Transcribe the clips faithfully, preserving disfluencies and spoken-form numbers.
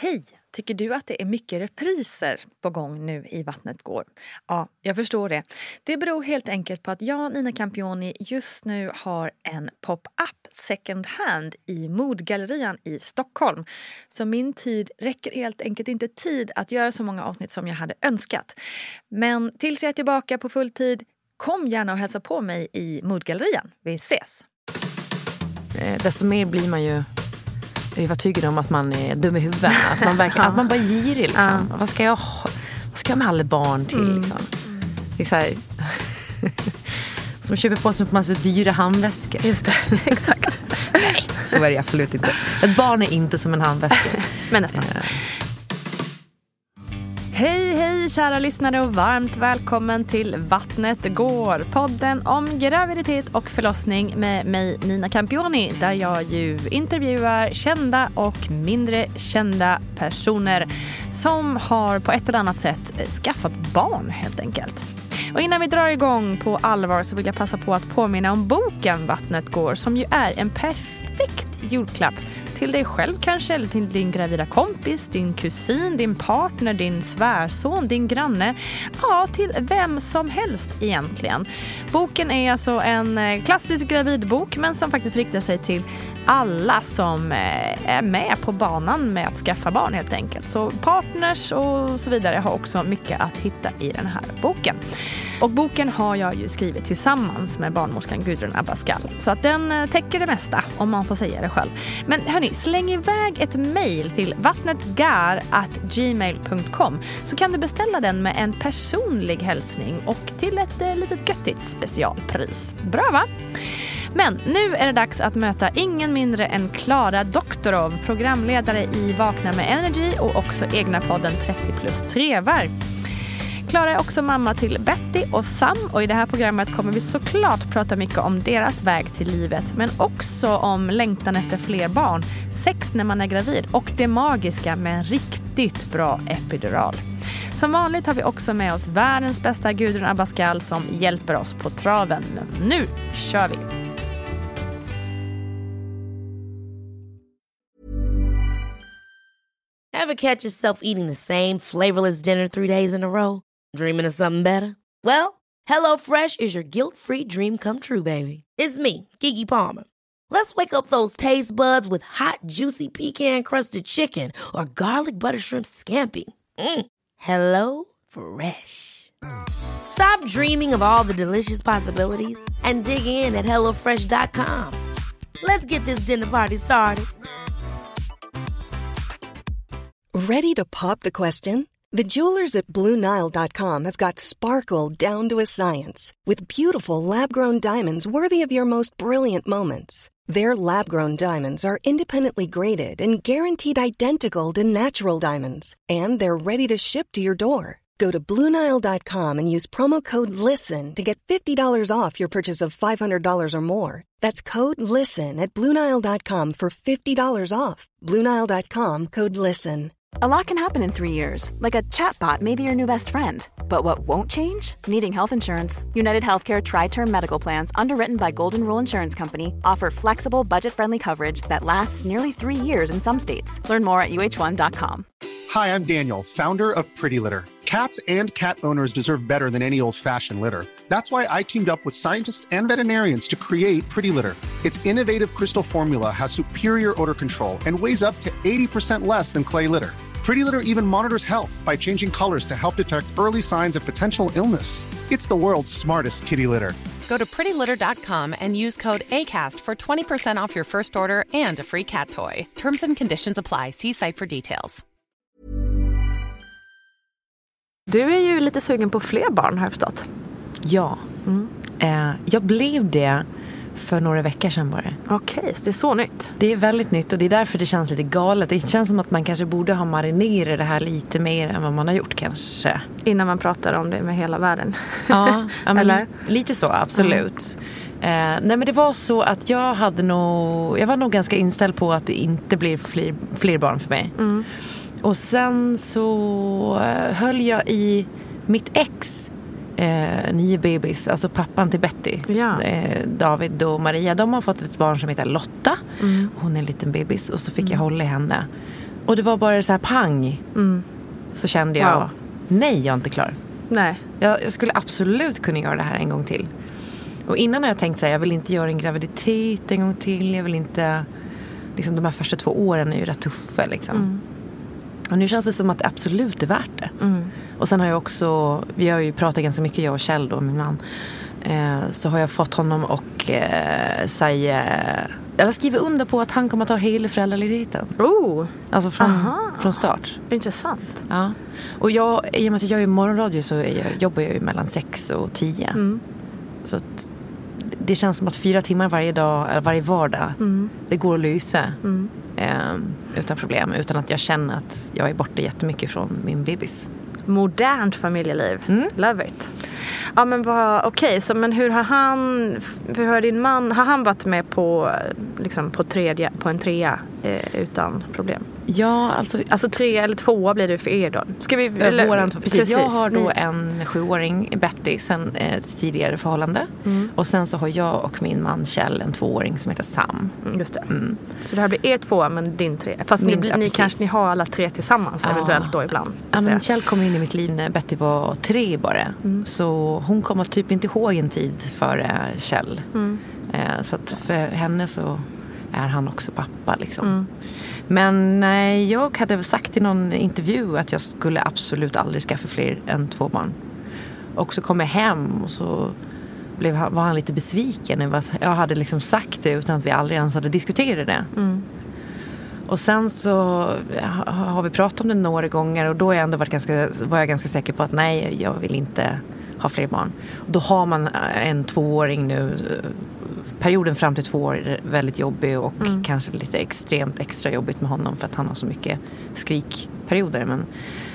Hej! Tycker du att det är mycket repriser på gång nu i Vattnet går? Ja, jag förstår det. Det beror helt enkelt på att jag, Nina Campioni, just nu har en pop-up second hand i Modgallerian i Stockholm. Så min tid räcker helt enkelt inte tid att göra så många avsnitt som jag hade önskat. Men tills jag är tillbaka på full tid, kom gärna och hälsa på mig i Modgallerian. Vi ses! Eh, desto mer blir man ju övertygad om att man är dum i huvudet. Att man, verkligen, att man bara är girig liksom. Ja. Vad ska jag Vad ska jag med alla barn till mm. liksom? Det är så här, som köper på sig en massa dyra handväskor. Just det, exakt. Nej, så är det absolut inte. Ett barn är inte som en handväska. Men nästan. Ja. Hej, hej kära lyssnare och varmt välkommen till Vattnet går. Podden om graviditet och förlossning med mig Nina Campioni. Där jag ju intervjuar kända och mindre kända personer som har på ett eller annat sätt skaffat barn helt enkelt. Och innan vi drar igång på allvar så vill jag passa på att påminna om boken Vattnet går, som ju är en perfekt julklapp till dig själv kanske, eller till din gravida kompis, din kusin, din partner, din svärson, din granne. Ja, till vem som helst egentligen. Boken är alltså en klassisk gravidbok, men som faktiskt riktar sig till alla som är med på banan med att skaffa barn helt enkelt. Så partners och så vidare har också mycket att hitta i den här boken. Och boken har jag ju skrivit tillsammans med barnmorskan Gudrun Abascal. Så att den täcker det mesta, om man får säga det själv. Men hörni, släng iväg ett mejl till vattnetgar at gmail punkt com så kan du beställa den med en personlig hälsning och till ett eh, litet göttigt specialpris. Bra va? Men nu är det dags att möta ingen mindre än Klara Doktorov, programledare i Vakna med Energy och också egna podden trettio plus trevar. Klara är också mamma till Betty och Sam, och i det här programmet kommer vi såklart prata mycket om deras väg till livet, men också om längtan efter fler barn, sex när man är gravid och det magiska med en riktigt bra epidural. Som vanligt har vi också med oss världens bästa Gudrun Abascal som hjälper oss på traven. Men nu kör vi! Ever catch yourself eating the same flavorless dinner three days in a row? Dreaming of something better? Well, HelloFresh is your guilt-free dream come true, baby. It's me, Keke Palmer. Let's wake up those taste buds with hot, juicy pecan-crusted chicken or garlic butter shrimp scampi. Mm. Hello Fresh. Stop dreaming of all the delicious possibilities and dig in at hello fresh dot com. Let's get this dinner party started. Ready to pop the question? The jewelers at Blue Nile dot com have got sparkle down to a science with beautiful lab-grown diamonds worthy of your most brilliant moments. Their lab-grown diamonds are independently graded and guaranteed identical to natural diamonds, and they're ready to ship to your door. Go to Blue Nile dot com and use promo code LISTEN to get fifty dollars off your purchase of five hundred dollars or more. That's code LISTEN at Blue Nile dot com for fifty dollars off. Blue Nile dot com, code LISTEN. A lot can happen in three years, like a chatbot may be your new best friend. But what won't change? Needing health insurance. United Healthcare Tri-Term Medical Plans, underwritten by Golden Rule Insurance Company, offer flexible, budget-friendly coverage that lasts nearly three years in some states. Learn more at U H one dot com. Hi, I'm Daniel, founder of Pretty Litter. Cats and cat owners deserve better than any old-fashioned litter. That's why I teamed up with scientists and veterinarians to create Pretty Litter. Its innovative crystal formula has superior odor control and weighs up to eighty percent less than clay litter. Pretty Litter even monitors health by changing colors to help detect early signs of potential illness. It's the world's smartest kitty litter. Go to pretty litter dot com and use code ACAST for twenty percent off your first order and a free cat toy. Terms and conditions apply. See site for details. Du är ju lite sugen på fler barn, har jag förstått. Ja, mm. eh, jag blev det för några veckor sedan bara. Okej, okay, så det är så nytt. Det är väldigt nytt och det är därför det känns lite galet. Det känns som att man kanske borde ha marinerat det här lite mer än vad man har gjort kanske. Innan man pratar om det med hela världen. Ja, ja men eller? Li- lite så, absolut. Mm. Eh, nej men det var så att jag hade nog, jag var nog ganska inställd på att det inte blir fler, fler barn för mig. Mm. Och sen så höll jag i mitt ex eh, nio bebis, alltså pappan till Betty, ja. eh, David och Maria. De har fått ett barn som heter Lotta. Mm. Hon är en liten bebis och så fick mm. jag hålla i henne. Och det var bara så här pang. Mm. Så kände jag, Wow. nej, jag är inte klar. Nej. Jag, jag skulle absolut kunna göra det här en gång till. Och innan har jag tänkt så här, jag vill inte göra en graviditet en gång till. Jag vill inte, liksom de här första två åren är ju rätt tuffa liksom. Mm. Och nu känns det som att det absolut är värt det. Mm. Och sen har jag också, vi har ju pratat ganska mycket, jag och Kjell då, min man. Eh, så har jag fått honom och eh, säga, eller skriva under på att han kommer att ta hela föräldraledigheten. Oh, Alltså från, Aha. från start. intressant. Ja. Och jag, i och med att jag är i morgonradio så är jag, jobbar jag ju mellan sex och tio. Mm. Så att det känns som att fyra timmar varje dag, eller varje vardag, Mm. det går att lösa Mm. eh, utan problem. Utan att jag känner att jag är borta jättemycket från min bebis. Modernt familjeliv. Mm. Love it. Ja, men vad, okej, okay, så men hur har han, hur har din man, har han varit med på, liksom på, tredje, på en trea eh, utan problem? Ja, alltså... Alltså tre eller tvåa blir det för er då? Ska vi, eller, Våran, precis. precis. Jag har då Ni... en sjuåring, Betty, sen ett tidigare förhållande. Mm. Och sen så har jag och min man Kjell en tvååring som heter Sam. Just det. Mm. Så det här blir er tvåa men din tre. Fast Min, ni, blir, ja, ni precis. kanske ni har alla tre tillsammans Ja. eventuellt då ibland. Ja, så men jag. Kjell kom in i mitt liv när Betty var tre bara. Mm. Så hon kommer typ inte ihåg en tid före Kjell. Mm. Eh, så att för henne så är han också pappa liksom. Mm. Men nej, jag hade väl sagt i någon intervju att jag skulle absolut aldrig skaffa fler än två barn. Och så kom jag hem och så blev han, var han lite besviken över att jag hade liksom sagt det utan att vi aldrig ens hade diskuterat det. Mm. Och sen så har vi pratat om det några gånger och då är jag ändå varit ganska, var jag ganska säker på att nej, jag vill inte ha fler barn. Och då har man en tvååring nu, perioden fram till två år är väldigt jobbig och mm. kanske lite extremt extra jobbigt med honom för att han har så mycket skrikperioder. Men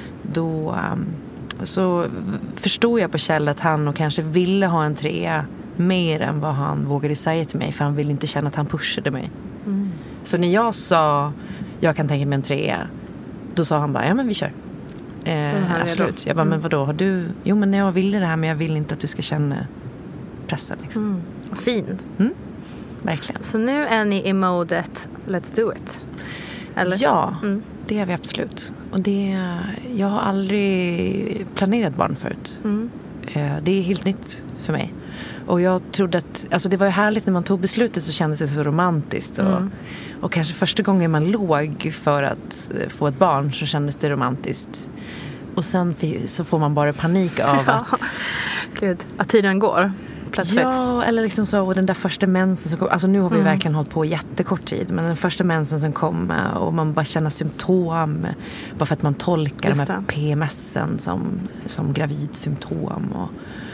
då um, så förstod jag på Kjell att han och kanske ville ha en trea mer än vad han vågade säga till mig för han ville inte känna att han pushade mig. Mm. Så när jag sa jag kan tänka mig en trea, då sa han bara ja men vi kör. Eh, absolut. Jag bara mm. men vadå har du? Jo men jag ville det här men jag vill inte att du ska känna pressen liksom. Mm. Fin. Mm. Verkligen. Så, så nu är ni i modet let's do it. Eller? Ja, mm. det är vi absolut. Och det, jag har aldrig planerat barn förut. Mm. Eh, det är helt nytt för mig. Och jag trodde att, alltså det var ju härligt när man tog beslutet så kändes det så romantiskt. Och, mm. och kanske första gången man låg för att få ett barn så kändes det romantiskt. Och sen så får man bara panik av ja. att... Gud, att tiden går plötsligt. Ja, eller liksom så, och den där första mensen som kom, alltså nu har vi mm. verkligen hållit på jättekort tid, men den första mensen som kom och man bara känner symptom bara för att man tolkar just de här det. P M S-en som, som gravidsymptom och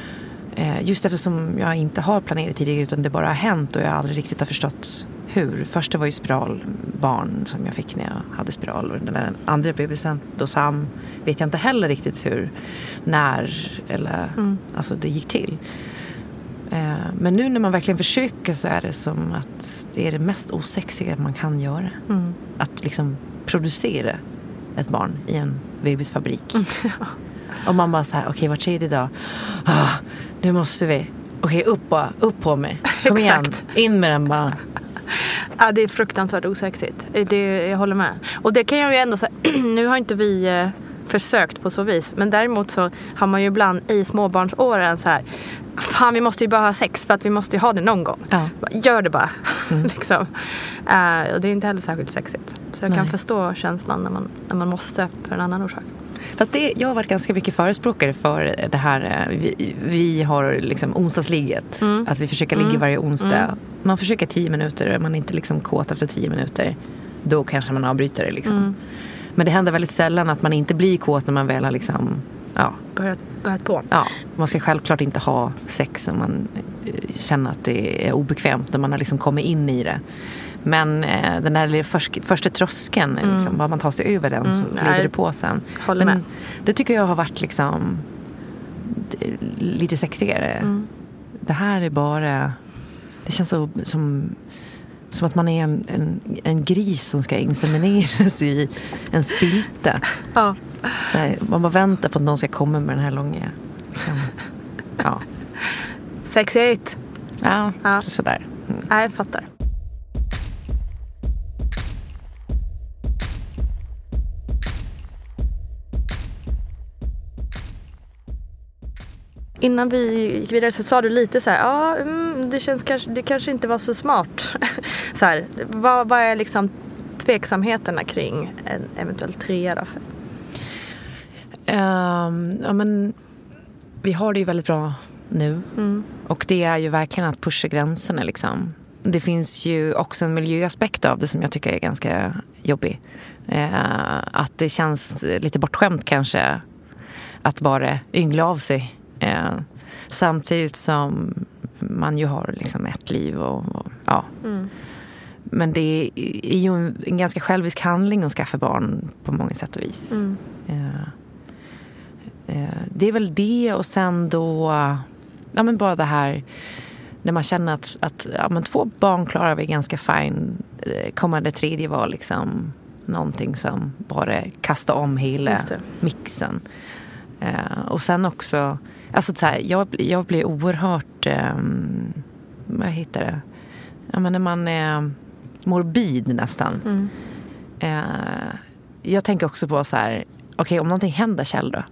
just eftersom jag inte har planerat tidigare utan det bara har hänt och jag aldrig riktigt har förstått hur. Första var ju spiralbarn som jag fick när jag hade spiral och den där andra bebisen, då Sam, vet jag inte heller riktigt hur, när eller mm. alltså det gick till. Men nu när man verkligen försöker så är det som att det är det mest osexiga man kan göra. Mm. Att liksom producera ett barn i en bebisfabrik. Mm. Och man bara så här, okej, okay, var tredje dag. Ah, nu måste vi. Okej, okay, upp bara, upp på mig. Kom igen, in med den bara. Ja, det är fruktansvärt osexigt. Det, jag håller med. Och det kan jag ju ändå säga, nu har inte vi eh, försökt på så vis. Men däremot så har man ju ibland i småbarnsåren så här, fan vi måste ju bara ha sex för att vi måste ju ha det någon gång. Ja. Gör det bara. Mm. liksom. uh, och det är inte heller särskilt sexigt. Så jag Nej. kan förstå känslan när man, när man måste för en annan orsak. Fast det, jag har varit ganska mycket förespråkare för det här. Vi, vi har liksom onsdagsligget. Mm. Att vi försöker ligga mm. varje onsdag. Mm. Man försöker tio minuter. Är man inte liksom kåt efter tio minuter, då kanske man avbryter det liksom. Mm. Men det händer väldigt sällan att man inte blir kåt när man väl har liksom, ja, börjat, börjat på. Ja, man ska självklart inte ha sex om man känner att det är obekvämt när man har liksom kommit in i det. Men eh, den där först, första tröskeln, mm. liksom, bara man tar sig över den mm. så glider det på sen. Håller Men med. Det tycker jag har varit liksom lite sexigare. Mm. Det här är bara, det känns så, som, som att man är en, en, en gris som ska insemineras i en spilte. Ja. Så här, man bara väntar på att någon ska komma med den här långa liksom, ja. Sexigt. Ja, ja. sådär. Mm. Ja, jag fattar. Innan vi gick vidare så sa du lite så här, ja, mm, det känns kanske, det kanske inte var så smart. Så här, vad, vad är liksom tveksamheterna kring en eventuell trea då? För? Um, ja, men vi har det ju väldigt bra nu. Mm. Och det är ju verkligen att pusha gränserna liksom. Det finns ju också en miljöaspekt av det som jag tycker är ganska jobbig. Uh, att det känns lite bortskämt kanske att bara yngla av sig. Uh, samtidigt som man ju har liksom ett liv och, och ja. Mm. Men det är ju en, en ganska självisk handling att skaffa barn på många sätt och vis. Mm. Uh, Det är väl det, och sen då ja, men bara det här när man känner att, att ja, men två barn klarar vi ganska fine. Kommande tredje var liksom någonting som bara kastar om hela mixen. Uh, och sen också alltså så här, jag, jag blir oerhört um, vad heter det? Ja, men när man är morbid nästan. Mm. Uh, jag tänker också på så här, okej, okay, om någonting händer Kjell då?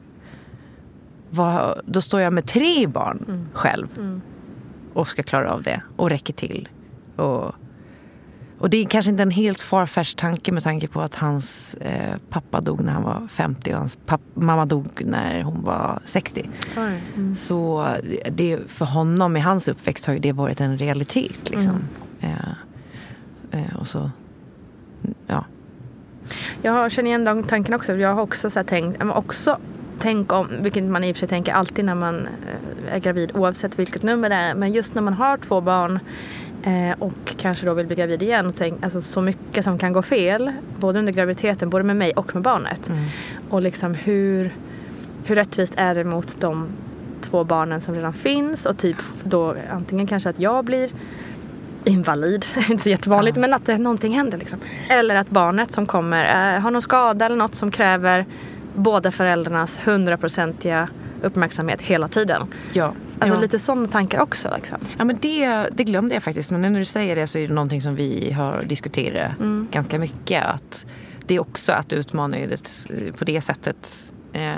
Vad, då står jag med tre barn mm. själv mm. och ska klara av det och räcker till. Och, och det är kanske inte en helt farfärsk tanke med tanke på att hans eh, pappa dog när han var femtio och hans pappa, mamma dog när hon var sextio. Mm. Så det, för honom i hans uppväxt har ju det varit en realitet liksom. Mm. Eh, eh, och så, ja. Jag känner igen den tanken också. Jag har också så här tänkt, men också tänk om, vilket man i och för sig tänker alltid när man är gravid oavsett vilket nummer det är, men just när man har två barn eh, och kanske då vill bli gravid igen och tänk, alltså så mycket som kan gå fel både under graviditeten, både med mig och med barnet. Mm. Och liksom hur hur rättvist är det mot de två barnen som redan finns, och typ då antingen kanske att jag blir invalid, inte så jättevanligt, ja. Men att det, någonting händer liksom. Eller att barnet som kommer eh, har någon skada eller något som kräver båda föräldrarnas hundraprocentiga uppmärksamhet hela tiden. Ja. Alltså ja. lite sådana tankar också liksom. Ja, men det, det glömde jag faktiskt. Men när du säger det så är det någonting som vi har diskuterat mm. ganska mycket. Att det är också att utmana det på det sättet. Eh,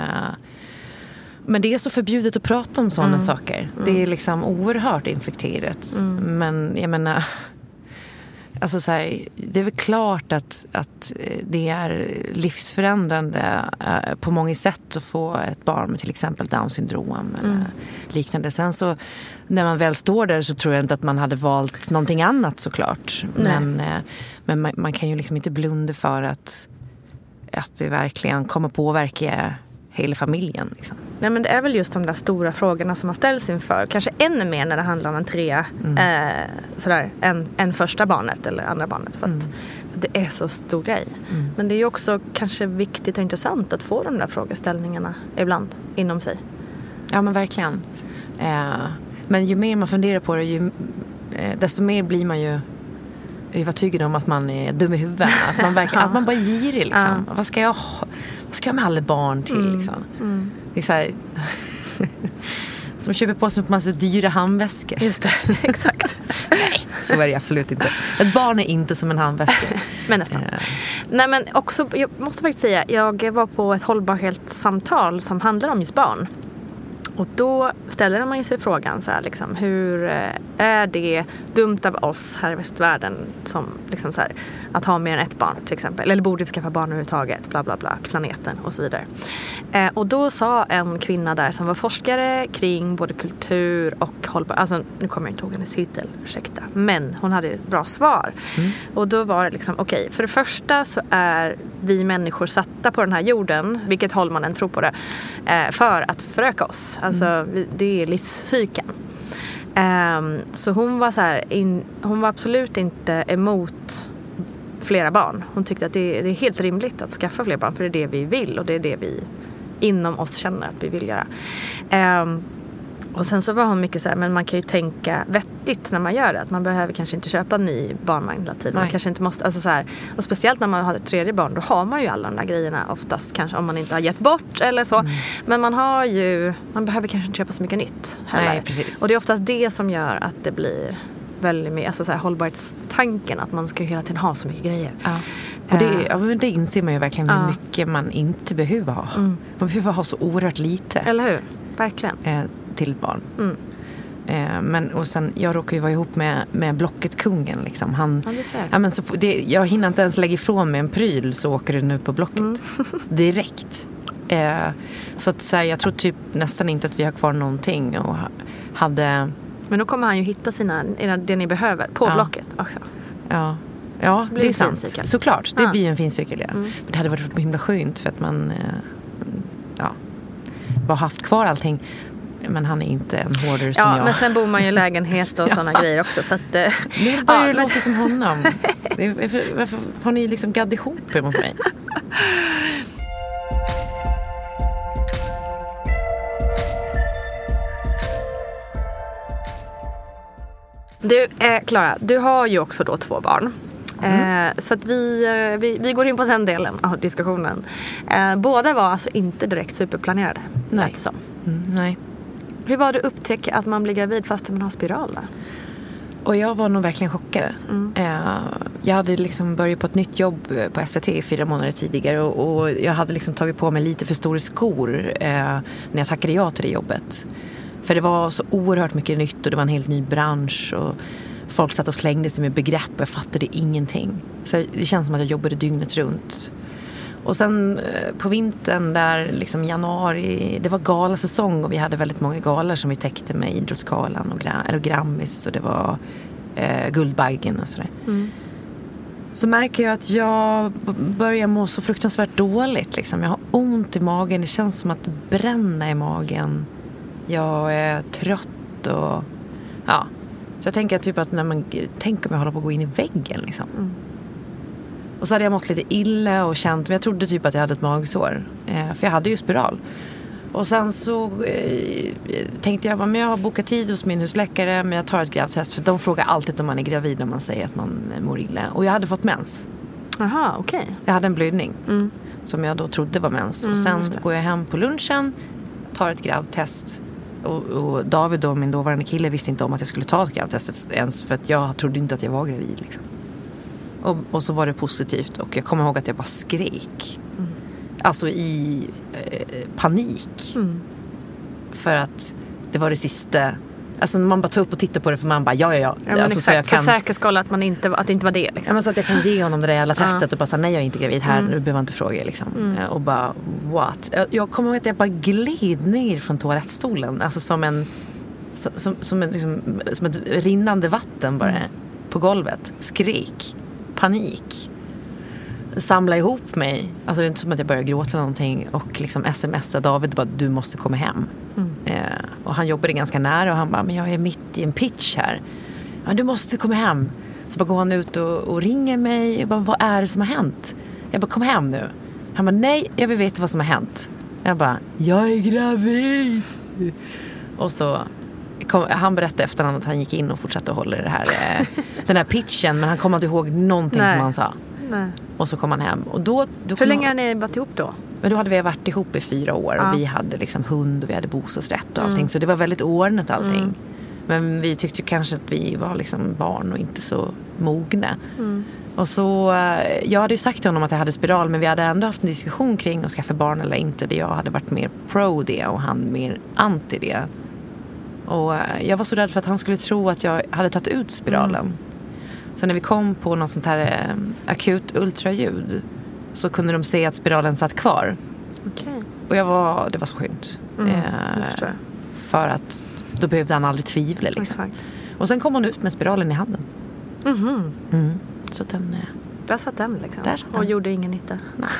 men det är så förbjudet att prata om sådana mm. saker. Mm. Det är liksom oerhört infekterat. Mm. Men jag menar... Alltså så här, det är väl klart att, att det är livsförändrande eh, på många sätt att få ett barn med till exempel Down syndrom eller mm. liknande. Sen så när man väl står där så tror jag inte att man hade valt någonting annat såklart. Nej. Men, eh, men man, man kan ju liksom inte blunda för att, att det verkligen kommer påverka hela familjen liksom. Nej, men det är väl just de där stora frågorna som man ställs inför. Kanske ännu mer när det handlar om en trea mm. eh, sådär, än, än första barnet eller andra barnet. För att, mm. för det är så stor grej. Mm. Men det är ju också kanske viktigt och intressant att få de där frågeställningarna ibland inom sig. Ja, men verkligen. Eh, men ju mer man funderar på det, ju, eh, desto mer blir man ju övertygad om att man är dum i huvudet. Att man, verkligen, ja. att man bara ger det liksom. Ja. Vad ska jag ha? Vad ska jag med alla barn till mm. liksom? Mm. Det är så här som köper på sig en massa dyra handväskor. Just det, exakt. Nej, så är det absolut inte. Ett barn är inte som en handväska. Men nästan. Uh. Nej, men också, jag måste faktiskt säga, jag var på ett hållbarhetssamtal som handlar om just barn. Och då ställer man ju sig frågan så här, liksom, hur är det dumt av oss här i västvärlden som liksom så här, att ha mer än ett barn till exempel, eller borde vi skaffa barn överhuvudtaget, bla bla bla, planeten och så vidare. Eh, och då sa en kvinna där som var forskare kring både kultur och hållbar, alltså nu kommer jag inte ihåg hennes titel, ursäkta, men hon hade ett bra svar. Mm. Och då var det liksom, okej, okay, för det första så är vi människor satta på den här jorden, vilket håll man än tror på det, eh, för att föröka oss. Alltså mm. det är livscykeln. Um, så hon var så här, in, hon var absolut inte emot flera barn. Hon tyckte att det, det är helt rimligt att skaffa fler barn, för det är det vi vill och det är det vi inom oss känner att vi vill göra. Um, och sen så var hon mycket så här, men man kan ju tänka vettigt när man gör det, att man behöver kanske inte köpa en ny barnvagn hela tiden. Man kanske inte måste, alltså så här, och speciellt när man har ett tredje barn, då har man ju alla de där grejerna oftast, kanske om man inte har gett bort eller så. Mm. Men man har ju, man behöver kanske inte köpa så mycket nytt heller. Nej, precis. Och det är oftast det som gör att det blir väldigt mycket, alltså så här, hållbarhetstanken, att man ska ju hela tiden ha så mycket grejer. Ja. Och det, ja, men det inser man ju verkligen hur ja. mycket man inte behöver ha. Mm. Man behöver ha så oerhört lite. Eller hur? Verkligen. Eh, till ett barn. Mm. Eh, men, och sen, jag råkar ju vara ihop med, med Blocket-kungen. Liksom. Han, ja, du ser. Ja, men så, det, jag hinner inte ens lägga ifrån mig en pryl så åker du nu på Blocket. Mm. Direkt. Eh, så att så här, jag tror typ nästan inte att vi har kvar någonting. Och hade... Men då kommer han ju hitta sina, det ni behöver på ja. Blocket också. Ja. Ja, det, det är sant. Cykel. Såklart, det ja. blir en fin cykel, ja. Mm. Men det hade varit himla skönt för att man eh, ja, bara haft kvar allting. Men han är inte en hoarder som ja, jag. Men sen bor man ju i lägenhet och ja. sådana grejer också. Så att, eh, det börjar ja, låta men... som honom. Varför, varför har ni liksom gadd ihop er mot mig? Du, eh, Klara, du har ju också då två barn. Mm. Eh, så att vi, vi, vi går in på den delen av diskussionen. Eh, båda var alltså inte direkt superplanerade. Nej. Som. Mm, nej. Hur var det att upptäcka att man blir gravid fast man har spiral där? Och jag var nog verkligen chockad. Mm. Eh, jag hade liksom börjat på ett nytt jobb på S V T fyra månader tidigare. Och, och jag hade liksom tagit på mig lite för stora skor eh, när jag tackade ja till det jobbet. För det var så oerhört mycket nytt och det var en helt ny bransch och folk satt och slängde sig med begrepp och jag fattade ingenting. Så det känns som att jag jobbade dygnet runt. Och sen på vintern där liksom januari, det var galasäsong och vi hade väldigt många galor som vi täckte med Idrottsgalan och, gra- eller Grammis och det var eh, Guldbaggen och sådär. Mm. Så märker jag att jag börjar må så fruktansvärt dåligt. Liksom. Jag har ont i magen, det känns som att bränna i magen. Jag är trött och ja. Så jag tänker typ att när man tänker om jag håller på att gå in i väggen liksom. Mm. Och så hade jag mått lite illa och känt, men jag trodde typ att jag hade ett magsår. Eh, för jag hade ju spiral. Och sen så eh, tänkte jag, men jag har bokat tid hos min husläkare, men jag tar ett gravtest. För de frågar alltid om man är gravid när man säger att man mår illa. Och jag hade fått mens. Aha, okej. Okay. Jag hade en blödning mm. som jag då trodde var mens. Mm, och sen går jag hem på lunchen, tar ett gravtest. Och, och David och min dåvarande kille visste inte om att jag skulle ta ett gravtest ens. För att jag trodde inte att jag var gravid liksom. Och, och så var det positivt. Och jag kommer ihåg att jag bara skrek. Mm. Alltså i eh, panik. Mm. För att det var det sista. Alltså man bara tar upp och tittar på det. För man bara, ja, ja, ja. ja alltså, exakt, så jag kan, för säkerskolla att, man inte, att det inte var det. Liksom. Ja, men så att jag kan ge honom det där jävla testet. Och bara säga, nej jag är inte gravid här. Mm. Nu behöver man inte fråga liksom. Mm. Och bara, what? Jag, jag kommer ihåg att jag bara gled ner från toalettstolen. Alltså som en som, som, som, en, liksom, som ett rinnande vatten bara. Mm. På golvet. Skrik. Panik. Samla ihop mig. Alltså det är inte som att jag började gråta eller någonting. Och liksom smsa David bara, du måste komma hem. Mm. Eh, och han jobbade ganska nära. Och han bara, men jag är mitt i en pitch här. Ja, du måste komma hem. Så bara går han ut och, och ringer mig. Jag bara, vad är det som har hänt? Jag bara, kom hem nu. Han bara, nej, jag vill veta vad som har hänt. Jag bara, jag är gravid. Och så kom, han berättade efterhand att han gick in och fortsatte att hålla det här, eh, den här pitchen. Men han kom inte ihåg någonting nej. Som han sa. Nej. Och så kom han hem. Och då, då Hur länge har ni varit ihop då? Men då hade vi varit ihop i fyra år. Ja. Och vi hade liksom hund och vi hade bostadsrätt och allting. Mm. Så det var väldigt ordnat allting. Mm. Men vi tyckte ju kanske att vi var liksom barn och inte så mogna. Mm. Och så, jag hade ju sagt till honom att jag hade spiral. Men vi hade ändå haft en diskussion kring att skaffa barn eller inte. Där jag hade varit mer pro det och han mer anti det. Och jag var så rädd för att han skulle tro att jag hade tagit ut spiralen. Mm. Så när vi kom på något sånt här eh, akut ultraljud så kunde de se att spiralen satt kvar. Okay. Och jag var, det var så skönt. Mm, eh, för att då behövde han aldrig tvivla. Liksom. Exakt. Och sen kom hon ut med spiralen i handen. Mm-hmm. Mm. Så den, eh, där satt den liksom. Där satt och den. Gjorde ingen nytta.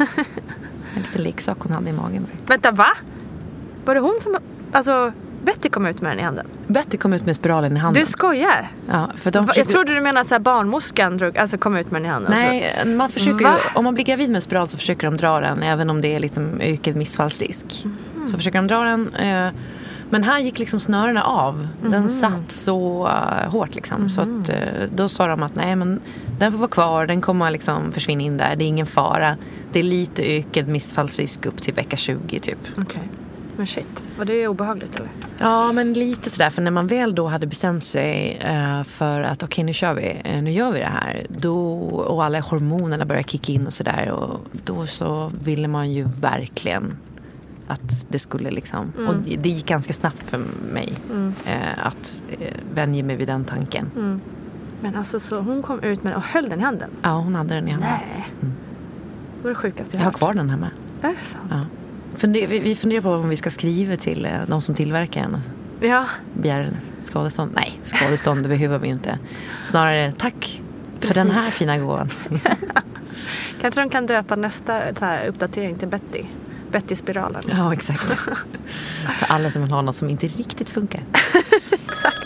En liten leksak hon hade i magen. Vänta, va? Var det hon som... Alltså... Betty kom ut med den i handen. Betty kom ut med spiralen i handen. Du skojar? Ja, för de försöker... Jag trodde du menade att så här barnmorskan drog, alltså kom ut med den i handen. Nej, alltså. man försöker ju, om man blir gravid med spiral så försöker de dra den. Även om det är liksom ökad missfallsrisk. Mm. Så försöker de dra den. Eh, men här gick liksom snörena av. Den mm. satt så uh, hårt liksom. Mm. Så att, uh, då sa de att nej, men den får vara kvar. Den kommer liksom försvinna in där. Det är ingen fara. Det är lite ökad missfallsrisk upp till vecka tjugo typ. Okej. Okay. Men shit, var det obehagligt eller? Ja, men lite sådär. För när man väl då hade bestämt sig uh, för att okej, okay, nu kör vi. Uh, nu gör vi det här. Då, och alla hormonerna började kicka in och sådär. Och då så ville man ju verkligen att det skulle liksom, Mm. och det gick ganska snabbt för mig Mm. eh, att eh, vänja mig vid den tanken. Mm. Men alltså så hon kom ut med och höll den i handen? Ja, hon hade den i handen. Nej. Mm. Det var det sjukaste Jag har hört. kvar den hemma. Är det sant? Ja. Funder, vi, vi funderar på om vi ska skriva till eh, de som tillverkar den och Ja. begär skadestånd. Nej, skadestånd det behöver vi ju inte. Snarare tack för den här Precis. fina gåvan. Kanske de kan döpa nästa så här, uppdatering till Betty. Betty-spiralen. Ja, exakt. För alla som vill ha något som inte riktigt funkar. Exakt.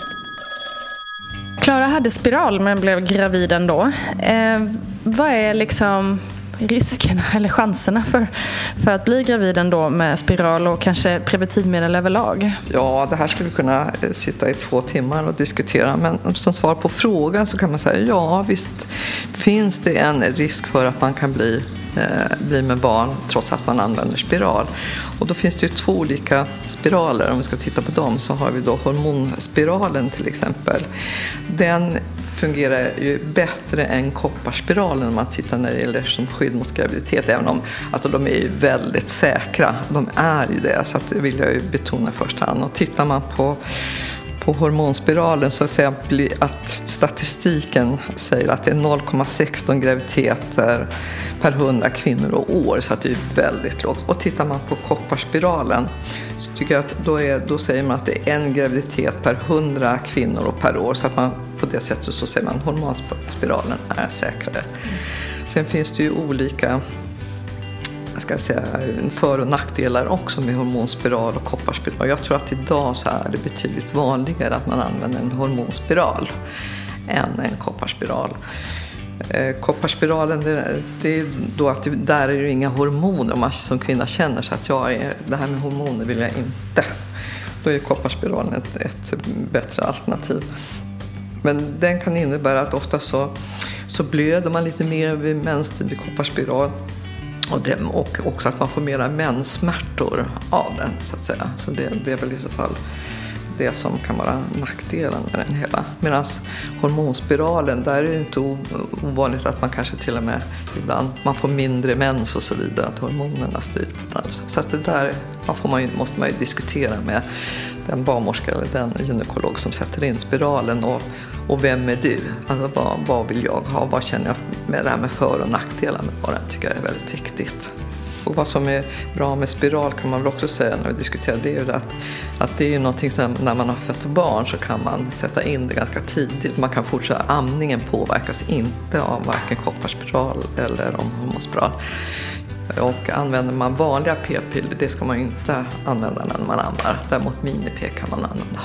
Klara hade spiral men blev gravid ändå. Eh, vad är liksom riskerna eller chanserna för, för att bli gravid ändå med spiral och kanske preventivmedel överlag? Ja, det här skulle vi kunna sitta i två timmar och diskutera. Men som svar på frågan så kan man säga ja, visst finns det en risk för att man kan bli eh, bli med barn trots att man använder spiral. Och då finns det ju två olika spiraler. Om vi ska titta på dem så har vi då hormonspiralen till exempel. Den fungerar ju bättre än kopparspiralen om man tittar när det gäller som skydd mot graviditet. Även om alltså, de är ju väldigt säkra. De är ju det, så att det vill jag ju betona i första hand. Och tittar man på På hormonspiralen så säger jag att statistiken säger att det är noll komma sexton graviditeter per hundra kvinnor och år, så att det är väldigt lågt. Och tittar man på kopparspiralen så tycker jag att då, är, då säger man att det är en graviditet per hundra kvinnor och per år, så att man på det sättet så säger man att hormonspiralen är säkrare. Sen finns det ju olika jag ska säga, för- och nackdelar också med hormonspiral och kopparspiral. Jag tror att idag så är det betydligt vanligare att man använder en hormonspiral än en kopparspiral. Eh, kopparspiralen, det, det är då att det, där är det inga hormoner. Om man som kvinna känner så att jag är, det här med hormoner vill jag inte. Då är kopparspiralen ett, ett bättre alternativ. Men den kan innebära att ofta så, så blöder man lite mer vid menstid vid kopparspiral. Och, det, och också att man får mera menssmärtor av den, så att säga. Så det, det är väl i så fall det som kan vara nackdelen med den hela. Medan hormonspiralen, där är det inte ovanligt att man kanske till och med ibland man får mindre mens och så vidare, att hormonerna styr på det. Så att det där man får man ju, måste man ju diskutera med den barnmorska eller den gynekolog som sätter in spiralen. Och, och vem är du? Alltså vad, vad vill jag ha? Vad känner jag med det här med för- och nackdelar med vad den tycker jag är väldigt viktigt. Och vad som är bra med spiral kan man väl också säga när vi diskuterar det är ju att, att det är någonting som när man har fött barn så kan man sätta in det ganska tidigt. Man kan fortsätta, amningen påverkas inte av varken kopparspiral eller om hormonspiral. Och använder man vanliga p-piller, det ska man ju inte använda när man ammar. Däremot mini-p kan man använda.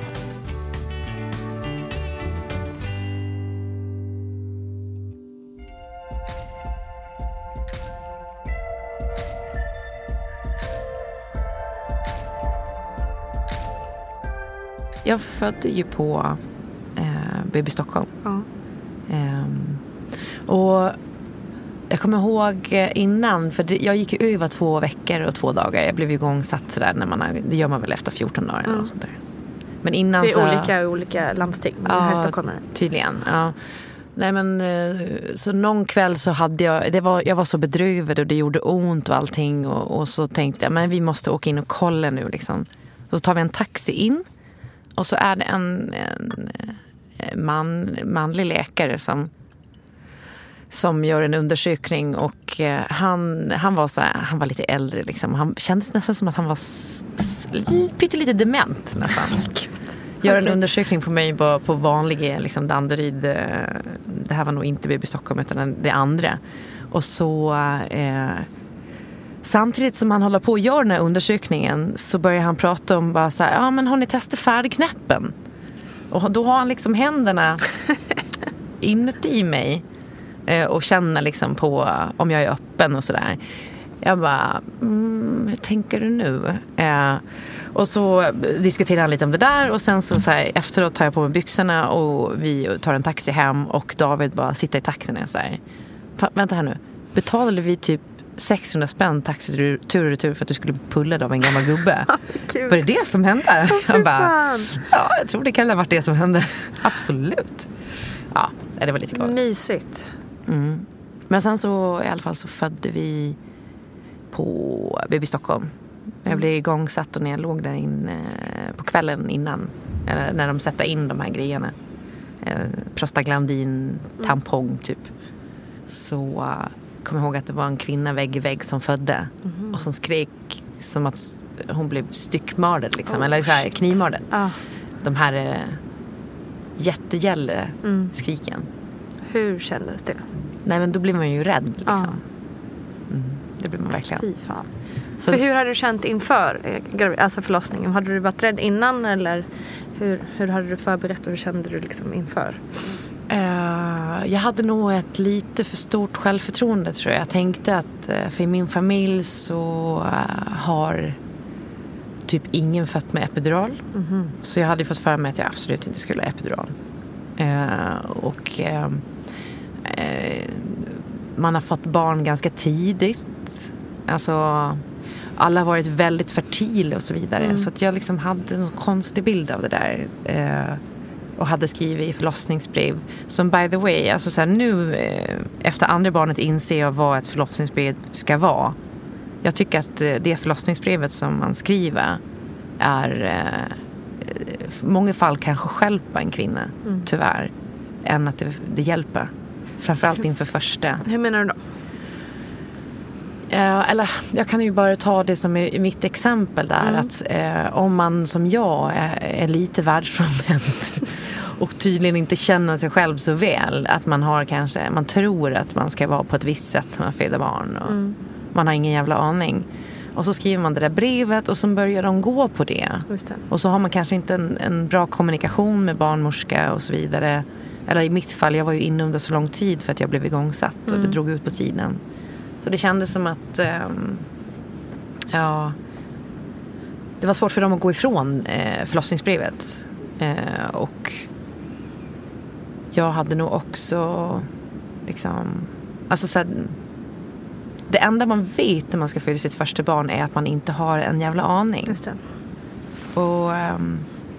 Jag födde ju på eh, Baby Stockholm. Ja. Ehm, och jag kommer ihåg innan, för det, jag gick ju över två veckor och två dagar. Jag blev ju igångsatt sådär när man har, det gör man väl efter fjorton dagar eller Mm. något sånt där. Men innan Det är så, olika olika landsting. Ja, här i Stockholm är det. tydligen. Ja. Nej men så någon kväll så hade jag det var jag var så bedrövad och det gjorde ont och allting och, och så tänkte jag men vi måste åka in och kolla nu liksom. Så tar vi en taxi in och så är det en, en man manlig läkare som som gör en undersökning och han han var så här, han var lite äldre liksom. Han kändes nästan som att han var s- s- pyttelite dement nästan. Gör en undersökning på mig på, på vanlig liksom Danderyd. Det här var nog inte Baby Stockholm utan det andra. Och så eh, samtidigt som han håller på att göra den här undersökningen så börjar han prata om bara så här, ja men har ni testat färdknäppen? Och då har han liksom händerna inuti mig eh, och känner liksom på om jag är öppen och sådär. Jag bara, mm, hur tänker du nu? Eh, och så diskuterar han lite om det där och sen så, så här, efteråt tar jag på mig byxorna och vi tar en taxi hem och David bara sitter i taxin och säger, vänta här nu, betalade vi typ sexhundra spänn taxi tur och retur för att du skulle bli pullad av en gammal gubbe? Var det det som hände? Han bara, ja, jag tror det kan ha varit det som hände. Absolut. Ja, det var lite galet. Mysigt. Mm. Men sen så i alla fall så födde vi på Baby Stockholm. Jag blev igångsatt och när jag låg där inne på kvällen innan, eller när de sätter in de här grejerna, eh, prostaglandin, tampong typ, så uh, kom jag ihåg att det var en kvinna vägg i vägg som födde mm. och som skrek som att hon blev styckmördad liksom, oh, eller så här knivmördad. Ah. De här eh, jättegälle mm. skriken. Hur kändes det? Nej, men då blir man ju rädd liksom. Ah. Mm, det blir man verkligen. Fy fan. Så, för hur hade du känt inför alltså förlossningen? Hade du varit rädd innan eller hur, hur hade du förberett och hur kände du liksom inför? Uh, jag hade nog ett lite för stort självförtroende tror jag. Jag tänkte att uh, för i min familj så uh, har typ ingen fött med epidural. Mm-hmm. Så jag hade fått för mig att jag absolut inte skulle ha epidural. Uh, och uh, uh, man har fått barn ganska tidigt. Alltså alla har varit väldigt fertila och så vidare. Mm. Så att jag liksom hade en konstig bild av det där. Uh, och hade skrivit i förlossningsbrev. Som by the way, alltså så här, nu eh, efter andra barnet inser jag vad ett förlossningsbrev ska vara. Jag tycker att eh, det förlossningsbrevet som man skriver är eh, i många fall kanske hjälpa en kvinna, mm. tyvärr, än att det, det hjälper. Framförallt inför första. Hur menar du då? Eh, eller jag kan ju bara ta det som är mitt exempel där. Mm. Att eh, om man som jag är, är lite världsfrånvänd och tydligen inte känner sig själv så väl, att man har kanske, man tror att man ska vara på ett visst sätt när man föder barn och mm. man har ingen jävla aning. Och så skriver man det där brevet och så börjar de gå på det. Just det. Och så har man kanske inte en, en bra kommunikation med barnmorska och så vidare. Eller i mitt fall, jag var ju inne under så lång tid för att jag blev igångsatt och mm. det drog ut på tiden. Så det kändes som att um, ja, det var svårt för dem att gå ifrån eh, förlossningsbrevet. Eh, och jag hade nog också liksom, alltså så här, det enda man vet när man ska föda sitt första barn är att man inte har en jävla aning. Just det. Och um,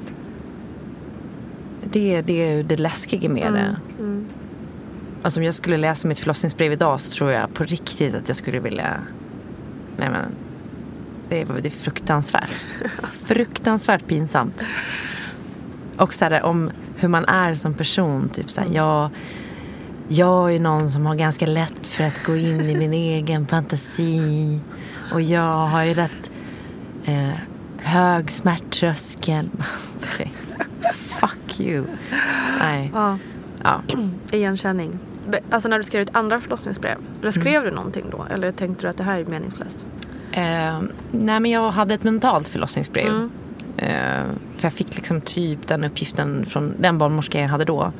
det, det är ju det läskiga med mm. det. Mm. Alltså om jag skulle läsa mitt förlossningsbrev idag så tror jag på riktigt att jag skulle vilja, nej men det är, det är fruktansvärt. Fruktansvärt pinsamt. Och så här, om hur man är som person, typ så här, mm. jag, jag är någon som har ganska lätt för att gå in i min egen fantasi och jag har ju rätt eh, hög smärttröskel. Okay. Fuck you. Nej. Ja. Ja. Igenkänning. Alltså när du skrev ett andra förlossningsbrev, eller skrev mm. du någonting då? Eller tänkte du att det här är meningslöst? Eh, nej, men jag hade ett mentalt förlossningsbrev. Mm. Eh, för jag fick liksom typ den uppgiften från den barnmorska jag hade då.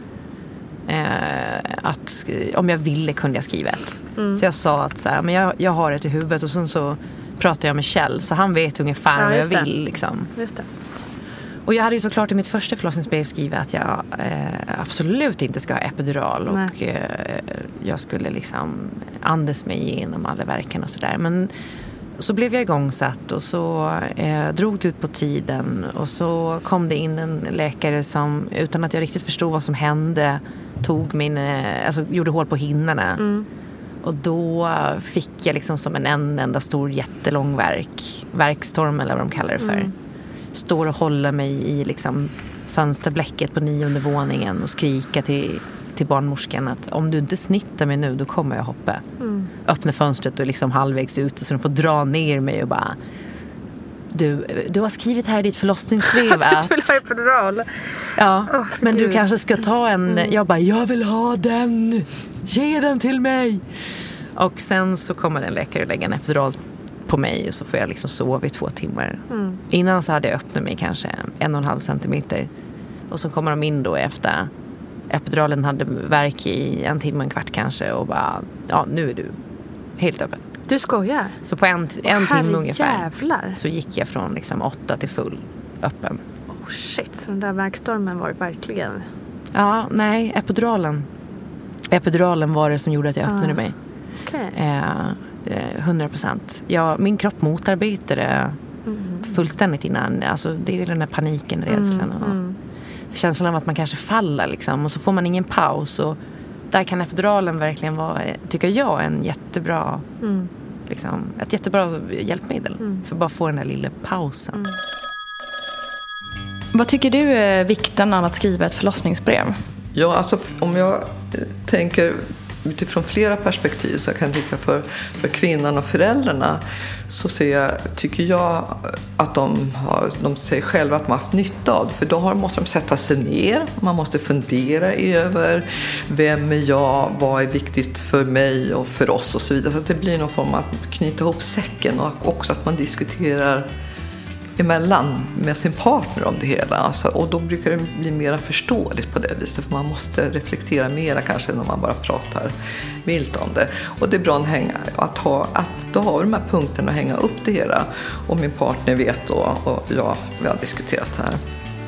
Eh, att om jag ville kunde jag skriva ett. Mm. Så jag sa att så här, men jag, jag har ett i huvudet och sen så pratade jag med Kjell. Så han vet ungefär ja, vad jag det. vill. Liksom. Just det. Och jag hade ju såklart i mitt första förlossningsbrev skrivit att jag eh, absolut inte ska ha epidural. Nej. Och eh, jag skulle liksom andas mig igenom alla verken och sådär. Men så blev jag igångsatt och så eh, drog det ut på tiden. Och så kom det in en läkare som, utan att jag riktigt förstod vad som hände, tog min, eh, alltså gjorde hål på hinnorna. Mm. Och då fick jag liksom som en, en enda stor jättelång verk, verkstorm eller vad de kallar det för. Mm. Står och håller mig i liksom fönsterbläcket på nionde våningen och skrika till, till barnmorskan att om du inte snittar mig nu då kommer jag hoppa. Mm. Öppna fönstret och liksom halvvägs ut så de får dra ner mig och bara du, du har skrivit här i ditt förlossningsbrev att du vill ha epidural. Ja, oh, men Gud. Du kanske ska ta en mm. jag bara, jag vill ha den, ge den till mig. Och sen så kommer en läkare och lägger en epidural på mig och så får jag liksom sova i två timmar. Mm. Innan så hade jag öppnat mig kanske en och en halv centimeter. Och så kommer de in då efter epiduralen hade verk i en timme, en kvart kanske och bara, ja nu är du helt öppen. Du skojar? Så på en, en oh, timme ungefär jävlar. Så gick jag från liksom åtta till full öppen. Oh shit, så den där verkstormen var ju verkligen... Ja, nej, epiduralen. Epiduralen var det som gjorde att jag öppnade ah. mig. Okej. Okay. Eh, hundra procent. Ja, min kropp motarbetade mm. fullständigt innan. Alltså, det är ju den här paniken, rädslan och mm. känslan av att man kanske faller liksom, och så får man ingen paus och där kan epiduralen verkligen vara, tycker jag, en jättebra mm. liksom, ett jättebra hjälpmedel mm. för att bara få den där lilla pausen. Mm. Vad tycker du är vikten av att skriva ett förlossningsbrev? Ja, alltså om jag tänker utifrån flera perspektiv så kan jag tycka för, för kvinnan och föräldrarna så ser jag, tycker jag att de, har, de säger själva att de har haft nytta av det. För då har, måste de sätta sig ner, man måste fundera över vem är jag, vad är viktigt för mig och för oss och så vidare. Så att det blir någon form av att knyta ihop säcken och också att man diskuterar emellan med sin partner om det hela. Alltså, och då brukar det bli mer förståeligt på det viset. För man måste reflektera mer kanske när man bara pratar vilt om det. Och det är bra att, hänga, att, ha, att då har de här punkterna att hänga upp det hela. Och min partner vet då, och ja, vi har diskuterat det här.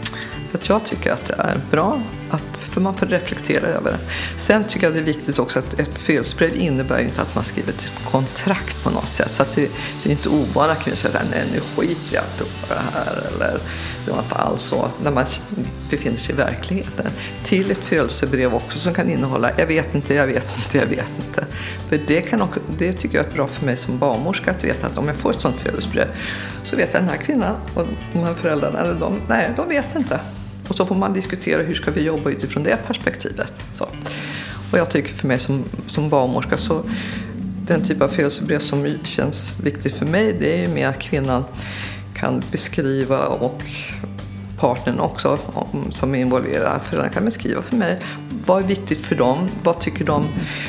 Så att jag tycker att det är bra, att, för man får reflektera över det. Sen tycker jag det är viktigt också att ett födelsebrev innebär ju inte att man skriver ett kontrakt på något sätt. Så att det, det är inte ovanligt att kunna säga att nej, nu skiter jag inte på det här. Eller det var inte alls så när man befinner sig i verkligheten. Till ett födelsebrev också som kan innehålla jag vet inte, jag vet inte, jag vet inte. För det, kan också, det tycker jag är bra för mig som barnmorska att veta att om jag får ett sånt födelsebrev så vet jag den här kvinnan och de här föräldrarna, de, nej, de vet inte. Och så får man diskutera hur ska vi jobba utifrån det perspektivet. Så. Och jag tycker för mig som, som barnmorska så den typ av födelsebrev som känns viktigt för mig det är ju mer att kvinnan kan beskriva och partnern också som är involverad. Föräldrarna kan beskriva för mig vad är viktigt för dem, vad tycker de,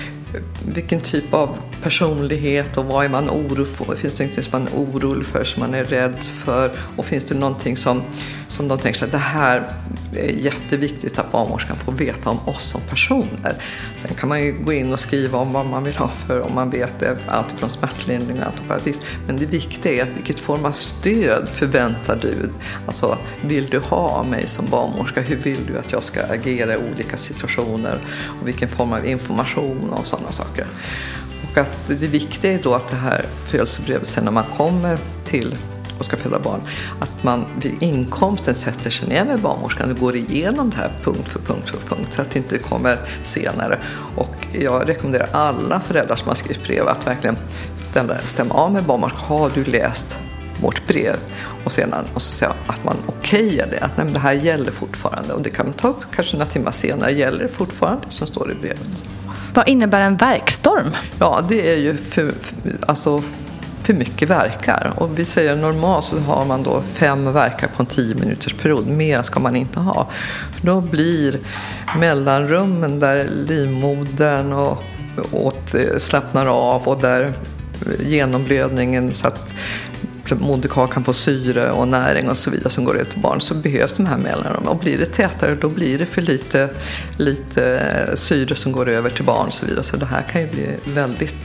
vilken typ av personlighet och vad är man orolig för, finns det någonting som man är orolig för, som man är rädd för och finns det någonting som, som de tänker att det här är jätteviktigt att barnmorskan får veta om oss som personer. Sen kan man ju gå in och skriva om vad man vill ha för, om man vet det, allt från smärtlindring och allt och bara visst. Men det viktiga är att vilket form av stöd förväntar du, alltså vill du ha mig som barnmorska, hur vill du att jag ska agera i olika situationer och vilken form av information och sådana saker. Och att det viktiga är då att det här födelsebrevet sen när man kommer till och ska föda barn, att man vid inkomsten sätter sig ner med barnmorskan och går igenom det här punkt för punkt för punkt så att det inte kommer senare. Och jag rekommenderar alla föräldrar som har skrivit brev att verkligen ställa, stämma av med barnmorskan. Har du läst vårt brev? Och sedan och så säga att man okejar det, att nej, det här gäller fortfarande. Och det kan man ta upp kanske några timmar senare. Gäller det fortfarande som står i brevet? Vad innebär en verkstorm? Ja, det är ju för, för, alltså för mycket verkar. Och vi säger normalt så har man då fem verkar på en tio minuters period. Mer ska man inte ha. För då blir mellanrummen där livmodern och, och slappnar av och där genomblödningen så att moderkakan kan få syre och näring och så vidare som går ut till barn, så behövs de här mellanrummen. Och blir det tätare då blir det för lite, lite syre som går över till barn och så vidare. Så det här kan ju bli väldigt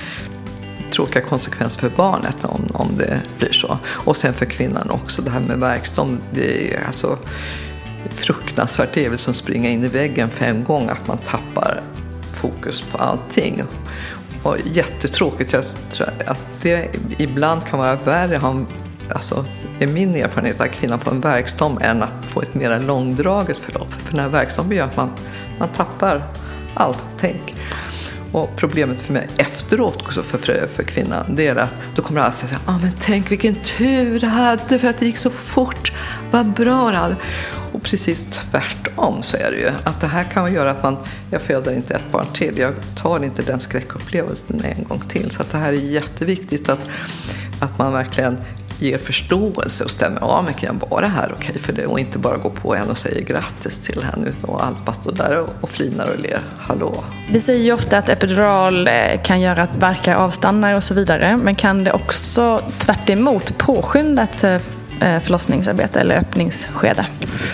tråkiga konsekvenser för barnet om, om det blir så. Och sen för kvinnan också, det här med verkstorm, det är alltså fruktansvärt. Det är väl som springa in i väggen fem gånger, att man tappar fokus på allting. Och jättetråkigt, jag tror att det ibland kan vara värre, alltså är min erfarenhet att kvinnan får en verkstorm än att få ett mer långdraget förlopp. För den här verkstormen gör att man, man tappar allting. Och problemet för mig efteråt också för, för, för kvinnan, det är att då kommer alla säga ah, men tänk vilken tur det hade för att det gick så fort, vad bra det hade. Och precis tvärtom så är det ju att det här kan göra att man, jag föder inte ett barn till, jag tar inte den skräckupplevelsen en gång till. Så att det här är jätteviktigt att, att man verkligen ger förståelse och stämmer av med kan vara här okej för det och inte bara gå på henne och säga grattis till henne utan allt står där och, och flinar och ler. Hallå. Vi säger ju ofta att epidural kan göra att verkar avstannar och så vidare, men kan det också tvärt emot påskynda ett förlossningsarbete eller öppningsskede?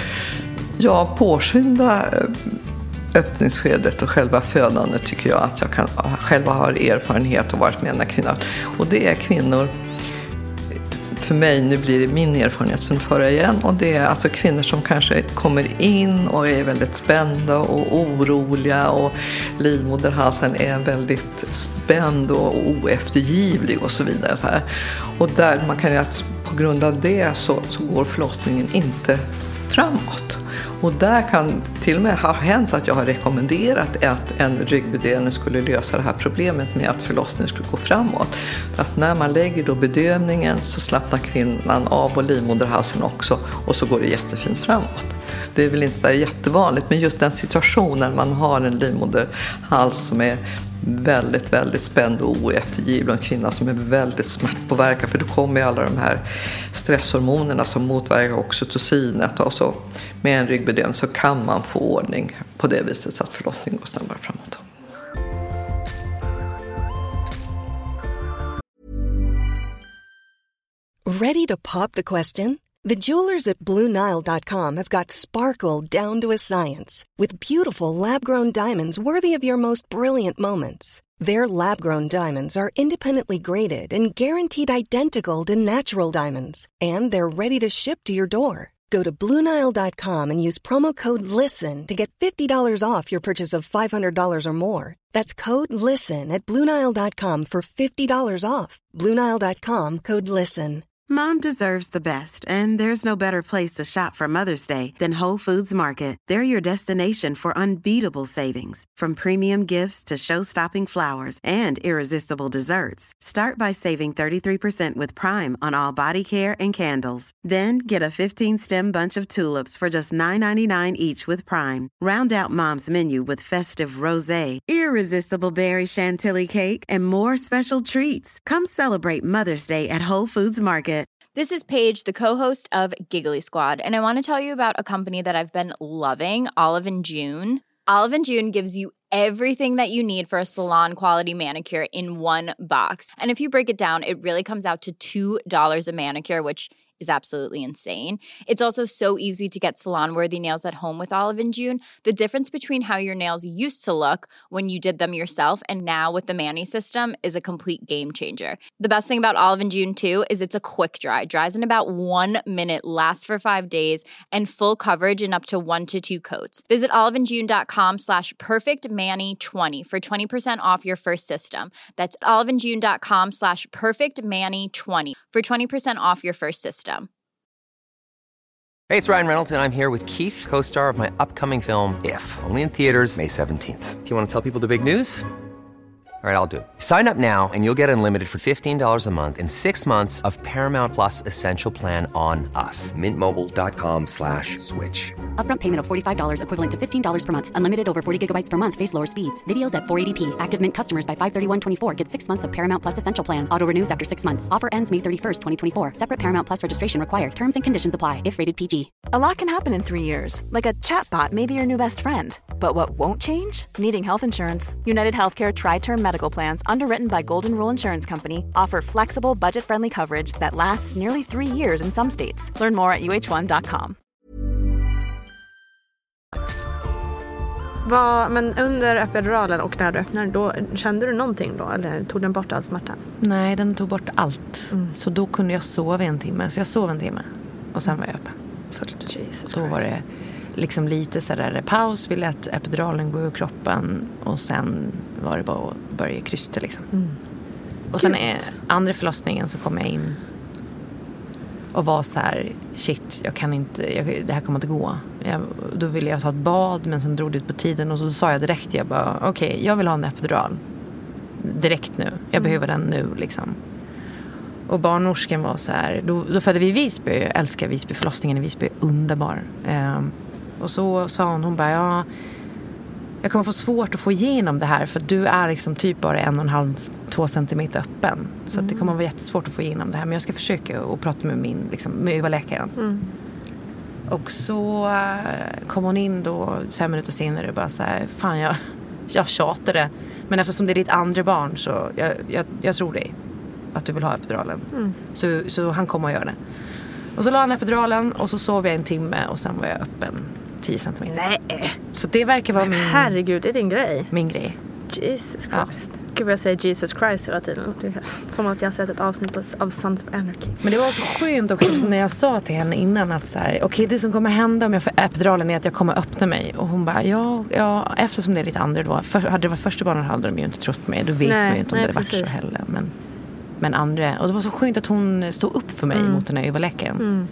Ja, påskynda öppningsskedet och själva födandet tycker jag att jag kan själva har erfarenhet och varit med när kvinnor. Och det är kvinnor, för mig nu blir det min erfarenhet som förra igen, och det är alltså kvinnor som kanske kommer in och är väldigt spända och oroliga och livmoderhalsen är väldigt spänd och oeftergivlig och så vidare så här. Och där man kan ju att på grund av det så, så går förlossningen inte framåt. Och där kan till och med ha hänt att jag har rekommenderat att en ryggbedövning skulle lösa det här problemet med att förlossningen skulle gå framåt. Så att när man lägger då bedövningen så slappnar kvinnan av och livmoderhalsen också och så går det jättefint framåt. Det är väl inte så jättevanligt, men just den situationen man har en livmoderhals som är väldigt, väldigt spänd och oeftergiven, en kvinna som är väldigt smärtpåverkad, för då kommer alla de här stresshormonerna som motverkar oxytocinet, och så med en ryggbedövning så kan man få ordning på det viset så att förlossningen går snabbare framåt. Ready to pop the question? The jewelers at Blue Nile dot com have got sparkle down to a science with beautiful lab-grown diamonds worthy of your most brilliant moments. Their lab-grown diamonds are independently graded and guaranteed identical to natural diamonds, and they're ready to ship to your door. Go to Blue Nile dot com and use promo code LISTEN to get fifty dollars off your purchase of five hundred dollars or more. That's code LISTEN at Blue Nile dot com for fifty dollars off. Blue Nile dot com, code LISTEN. Mom deserves the best, and there's no better place to shop for Mother's Day than Whole Foods Market. They're your destination for unbeatable savings, from premium gifts to show-stopping flowers and irresistible desserts. Start by saving thirty-three percent with Prime on all body care and candles. Then get a fifteen-stem bunch of tulips for just nine ninety-nine each with Prime. Round out Mom's menu with festive rosé, irresistible berry chantilly cake, and more special treats. Come celebrate Mother's Day at Whole Foods Market. This is Paige, the co-host of Giggly Squad, and I want to tell you about a company that I've been loving, Olive and June. Olive and June gives you everything that you need for a salon-quality manicure in one box. And if you break it down, it really comes out to two dollars a manicure, which is absolutely insane. It's also so easy to get salon-worthy nails at home with Olive and June. The difference between how your nails used to look when you did them yourself and now with the Mani system is a complete game changer. The best thing about Olive and June, too, is it's a quick dry. Dries in about one minute, lasts for five days, and full coverage in up to one to two coats. Visit oliveandjune.com slash perfectmani20 for twenty percent off your first system. That's oliveandjune.com slash perfectmani20 for twenty percent off your first system. Hey, it's Ryan Reynolds, and I'm here with Keith, co-star of my upcoming film, If, only in theaters May seventeenth. Do you want to tell people the big news? All right, I'll do it. Sign up now and you'll get unlimited for fifteen dollars a month and six months of Paramount Plus Essential Plan on us. Mint Mobile dot com slash switch. Upfront payment of forty-five dollars equivalent to fifteen dollars per month. Unlimited over forty gigabytes per month. Face lower speeds. Videos at four eighty p. Active Mint customers by five thirty-one twenty-four get six months of Paramount Plus Essential Plan. Auto renews after six months. Offer ends May thirty-first, twenty twenty-four. Separate Paramount Plus registration required. Terms and conditions apply if rated P G. A lot can happen in three years. Like a chatbot may be your new best friend. But what won't change? Needing health insurance. United Healthcare Tri-Term Medical Plans, underwritten by Golden Rule Insurance Company, offer flexible, budget-friendly coverage that lasts nearly three years in some states. Learn more at U H one dot com. Vad, men under epiduralen och när du öppnade, då, kände du någonting då? Eller tog den bort all smärta? Nej, den tog bort allt. Mm. Så då kunde jag sova en timme. Så jag sov en timme. Och sen var jag öppen. Fullt. Jesus då Christ. Var det liksom lite så där paus. Vi lät epiduralen gå ur kroppen. Och sen var det bara att börja krysta liksom. Mm. Och sen är andra förlossningen så kom jag in och var så här, shit, jag kan inte, jag, det här kommer inte gå. Jag, då ville jag ta ett bad, men sen drog det ut på tiden. Och så sa jag direkt, jag bara, okej, okay, jag vill ha en epidural. Direkt nu, jag mm. behöver den nu liksom. Och barnmorskan var så här, då, då födde vi i Visby. Jag älskar Visby, förlossningen i Visby är underbar. Um, och så sa hon, hon bara, ja, jag kommer få svårt att få igenom det här. För du är liksom typ bara en och en halv, två centimeter öppen. Så mm. att det kommer vara jättesvårt att få igenom det här. Men jag ska försöka och prata med min, liksom, med överläkaren. Mm. Och så uh, kom hon in då fem minuter senare och bara så här, fan jag, jag tjatade. Men eftersom det är ditt andra barn så jag, jag, jag tror dig. Att du vill ha epiduralen. Mm. Så, så han kommer att göra det. Och så la han epiduralen och så sov jag en timme och sen var jag öppen tio centimeter. Nej. Så det verkar vara min... Herregud, det är din grej. Min grej. Jesus Christ. Ja. Gud vad jag säger Jesus Christ hela tiden. Som att jag har sett ett avsnitt av Sons of Anarchy. Men det var så skönt också när jag sa till henne innan att så här, okej, okay, det som kommer hända om jag får epiduralen är att jag kommer öppna mig. Och hon bara, ja, ja eftersom det är lite andra då. För, hade det varit första barnen hade de ju inte trott på mig. Då vet nej, man ju inte om nej, det hade varit så heller. Men, men andra, och det var så skönt att hon stod upp för mig mm. mot den här överläkaren. Mm.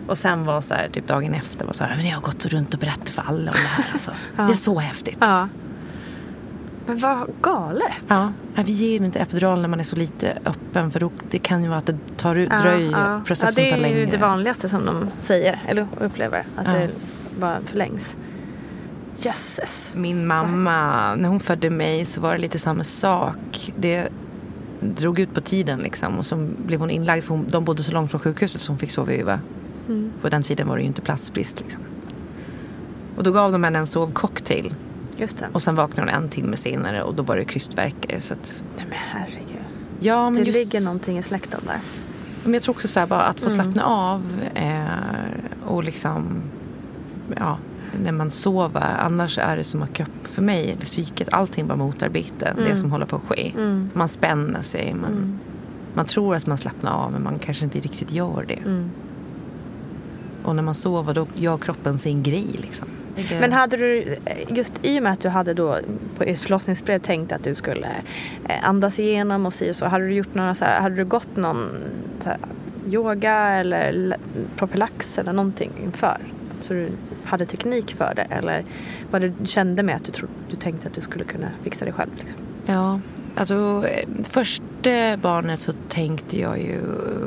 Och sen var så här, typ dagen efter var så här, jag har gått runt och berättat för alla om det här. Alltså. Ja. Det är så häftigt. Ja. Men vad galet. Ja, vi ger inte epidural när man är så lite öppen. För då, det kan ju vara att det tar ut, ja, dröj, ja. processen tar längre. Ja, det är ju det vanligaste som de säger, eller upplever. Att ja. det bara förlängs. Jösses. Min mamma, när hon födde mig så var det lite samma sak. Det drog ut på tiden liksom. Och så blev hon inlagd, för hon, de bodde så långt från sjukhuset så hon fick sova över. Mm. På den tiden var det ju inte platsbrist liksom. Och då gav de henne en sovcocktail. Just det. Och sen vaknade hon en timme senare och då var det krystvärkare. Så att... Nej men herregud. Ja, men det just... ligger någonting i släkten där. Men jag tror också så här, bara att få Mm. slappna av eh, och liksom, ja, när man sover. Annars är det som att kropp för mig, eller psyket, allting bara motarbetar Mm. det som håller på att ske. Mm. Man spänner sig, man, Mm. man tror att man slappnar av men man kanske inte riktigt gör det. Mm. Och när man sover då gör kroppen sin grej liksom. Men hade du, just i och med att du hade då på ert förlossningsbrev tänkt att du skulle andas igenom och si och så, hade du gjort några så här, hade du gått någon så här, yoga eller profylax eller någonting inför? Så du hade teknik för det, eller vad du kände med att du, tro, du tänkte att du skulle kunna fixa det själv liksom? Ja, alltså första barnet så tänkte jag ju,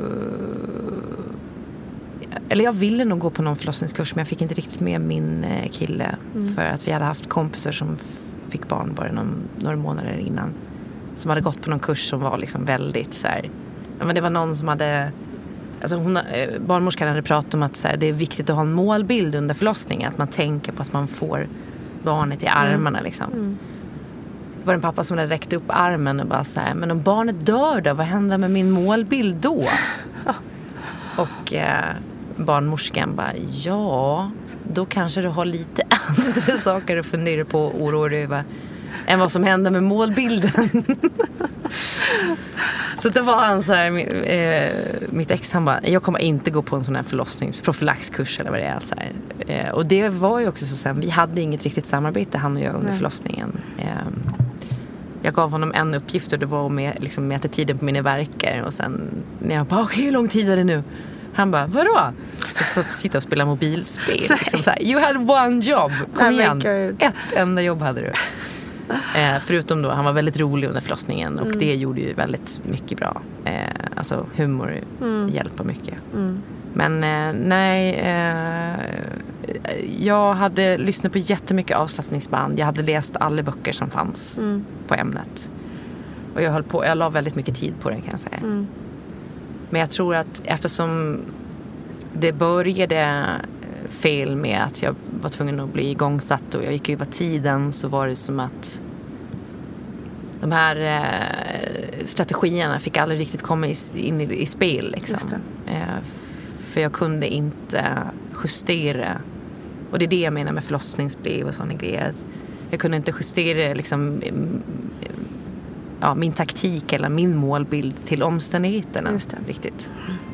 eller jag ville nog gå på någon förlossningskurs men jag fick inte riktigt med min kille mm. för att vi hade haft kompisar som fick barn bara någon, några månader innan som hade gått på någon kurs som var liksom väldigt så här, ja, men det var någon som hade, alltså hon, barnmorskan hade pratat om att så här, det är viktigt att ha en målbild under förlossningen, att man tänker på att man får barnet i armarna mm. liksom. Mm. Så var det en pappa som hade räckt upp armen och bara så här, men om barnet dör då, vad händer med min målbild då? Och eh, barnmorskan bara, ja, då kanske du har lite andra saker att fundera på och oroa dig över än vad som händer med målbilden. Så det var han så här, eh, mitt ex, han bara, jag kommer inte gå på en sån här förlossningsprofylaxkurs eller vad det är. Så här. Eh, och det var ju också så sen, vi hade inget riktigt samarbete, han och jag, under Nej. förlossningen. Eh, jag gav honom en uppgift och det var med liksom, mäta tiden på mina verkar. Och sen när jag bara, okej, okay, hur lång tid är det nu? Han bara, vadå? Så, så sitter och spelar mobilspel. Liksom så här, you had one job, kom igen. Ett enda jobb hade du. Eh, förutom då, han var väldigt rolig under förlossningen. Och mm. det gjorde ju väldigt mycket bra. Eh, alltså humor mm. hjälper mycket. Mm. Men eh, nej, eh, jag hade lyssnat på jättemycket avslappningsband. Jag hade läst alla böcker som fanns mm. på ämnet. Och jag höll på, jag la väldigt mycket tid på det, kan jag säga. Mm. Men jag tror att eftersom det började fel med att jag var tvungen att bli igångsatt och jag gick över tiden, så var det som att de här eh, strategierna fick aldrig riktigt komma i, in i, i spel liksom. Eh, för jag kunde inte justera, och det är det jag menar med förlossningsbrev och sådana grejer. Jag kunde inte justera liksom, ja, min taktik eller min målbild till omständigheterna. Just det. Riktigt.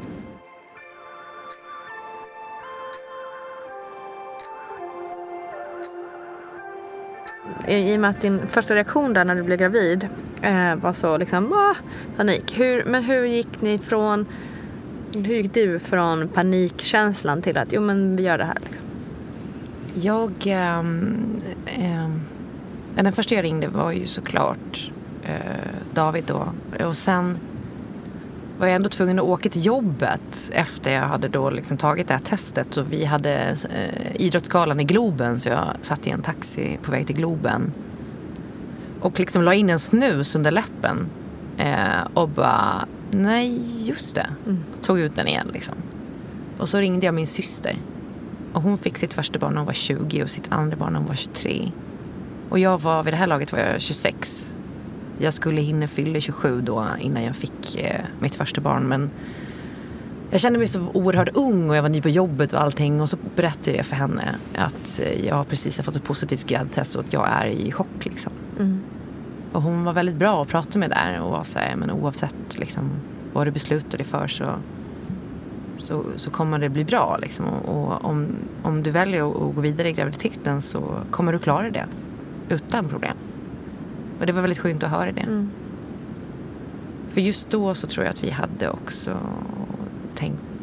I och med att din första reaktion där när du blev gravid eh, var så liksom ah, panik. Hur, men hur gick ni från hur gick du från panikkänslan till att jo men vi gör det här liksom? Jag ähm, ähm, den första jag ringde var ju såklart äh, David då, och sen var jag ändå tvungen att åka till jobbet efter jag hade då liksom tagit det här testet. Så vi hade eh, idrottsgalan i Globen, så jag satt i en taxi på väg till Globen. Och liksom la in en snus under läppen. Eh, och bara, nej just det. Mm. Tog ut den igen liksom. Och så ringde jag min syster. Och hon fick sitt första barn när hon var tjugo och sitt andra barn när hon var tjugotre. Och jag var, vid det här laget var jag tjugosex. Jag skulle hinna fylla tjugosju då innan jag fick eh, mitt första barn. Men jag kände mig så oerhört ung och jag var ny på jobbet och allting. Och så berättade jag för henne att jag precis har fått ett positivt gravidtest och att jag är i chock liksom. Mm. Och hon var väldigt bra att prata med där och var så här, men oavsett liksom, vad du beslutar dig för så, så, så kommer det bli bra liksom. Och, och om, om du väljer att gå vidare i graviditeten så kommer du klara det utan problem. Och det var väldigt skönt att höra det. Mm. För just då så tror jag att vi hade också tänkt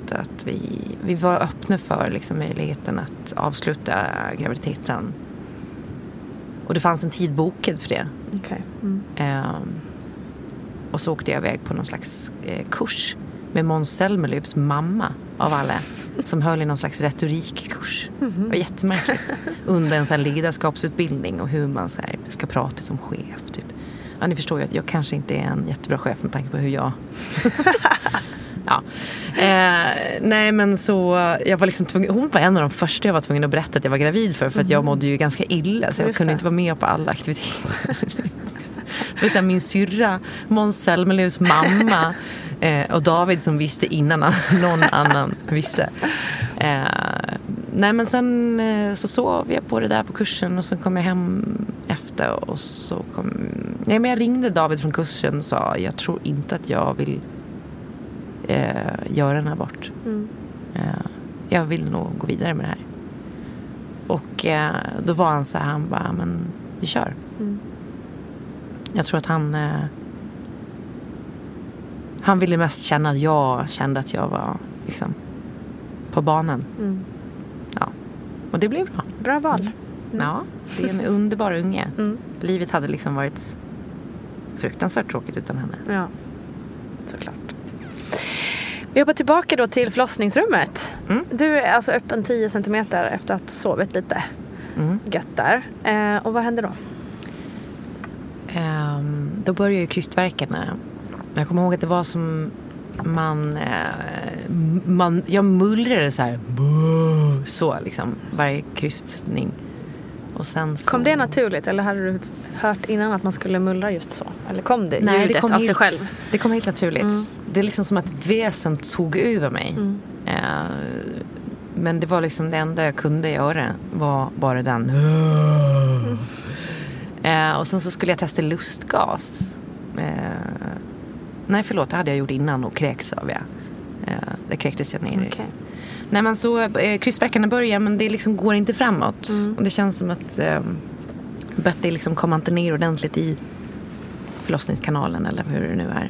att, att vi, vi var öppna för liksom möjligheten att avsluta graviditeten. Och det fanns en tid bokad för det. Okay. Mm. Um, och så åkte jag iväg på någon slags eh, kurs med Måns Zelmerlöws mamma av alla, som höll i någon slags retorikkurs. Mm-hmm. Det var jättemärkligt. Under en sån här ledarskapsutbildning och hur man så här, ska prata som chef. Typ. Ja, ni förstår ju att jag kanske inte är en jättebra chef med tanke på hur jag... ja. Eh, nej, men så... Jag var liksom tvungen, hon var en av de första jag var tvungen att berätta att jag var gravid för. För att jag mådde ju ganska illa. Så jag Just kunde det. inte vara med på alla aktiviteter. Så det var min syrra, Måns Zelmerlöws mamma... Eh, och David som visste innan någon annan visste. Eh, nej, men sen eh, så sov jag på det där på kursen och så kom jag hem efter och så kom... Nej, men jag ringde David från kursen och sa jag tror inte att jag vill eh, göra en abort. Mm. Eh, jag vill nog gå vidare med det här. Och eh, då var han så här, han bara, men vi kör. Mm. Jag tror att han... Eh, Han ville mest känna att jag kände att jag var liksom på banan. Mm. Ja. Och det blev bra. Bra val. Mm. Ja, det är en underbar unge. Mm. Livet hade liksom varit fruktansvärt tråkigt utan henne. Ja, såklart. Vi hoppar tillbaka då till förlossningsrummet. Mm. Du är alltså öppen tio centimeter efter att ha sovit lite. Mm. Gött där. Eh, och vad händer då? Um, då börjar ju krystvärkarna. Jag kommer ihåg att det var som man, eh, man jag mullrade så här så liksom varje krystning. Och sen så... Kom det naturligt eller hade du hört innan att man skulle mullra just så? Eller kom det Nej, ljudet det kom av helt, sig själv? Det kom helt naturligt. Mm. Det är liksom som att ett väsen tog över mig. Mm. Eh, men det var liksom det enda jag kunde göra var bara den. Mm. Eh, och sen så skulle jag testa lustgas. Eh, Nej, förlåt, det hade jag gjort innan och kräks av jag. Eh, det kräktes jag ner. Okay. Nej, men så eh, krystvärkarna börjar, men det liksom går inte framåt. Mm. Och det känns som att eh, Betty liksom kommer inte ner ordentligt i förlossningskanalen eller hur det nu är.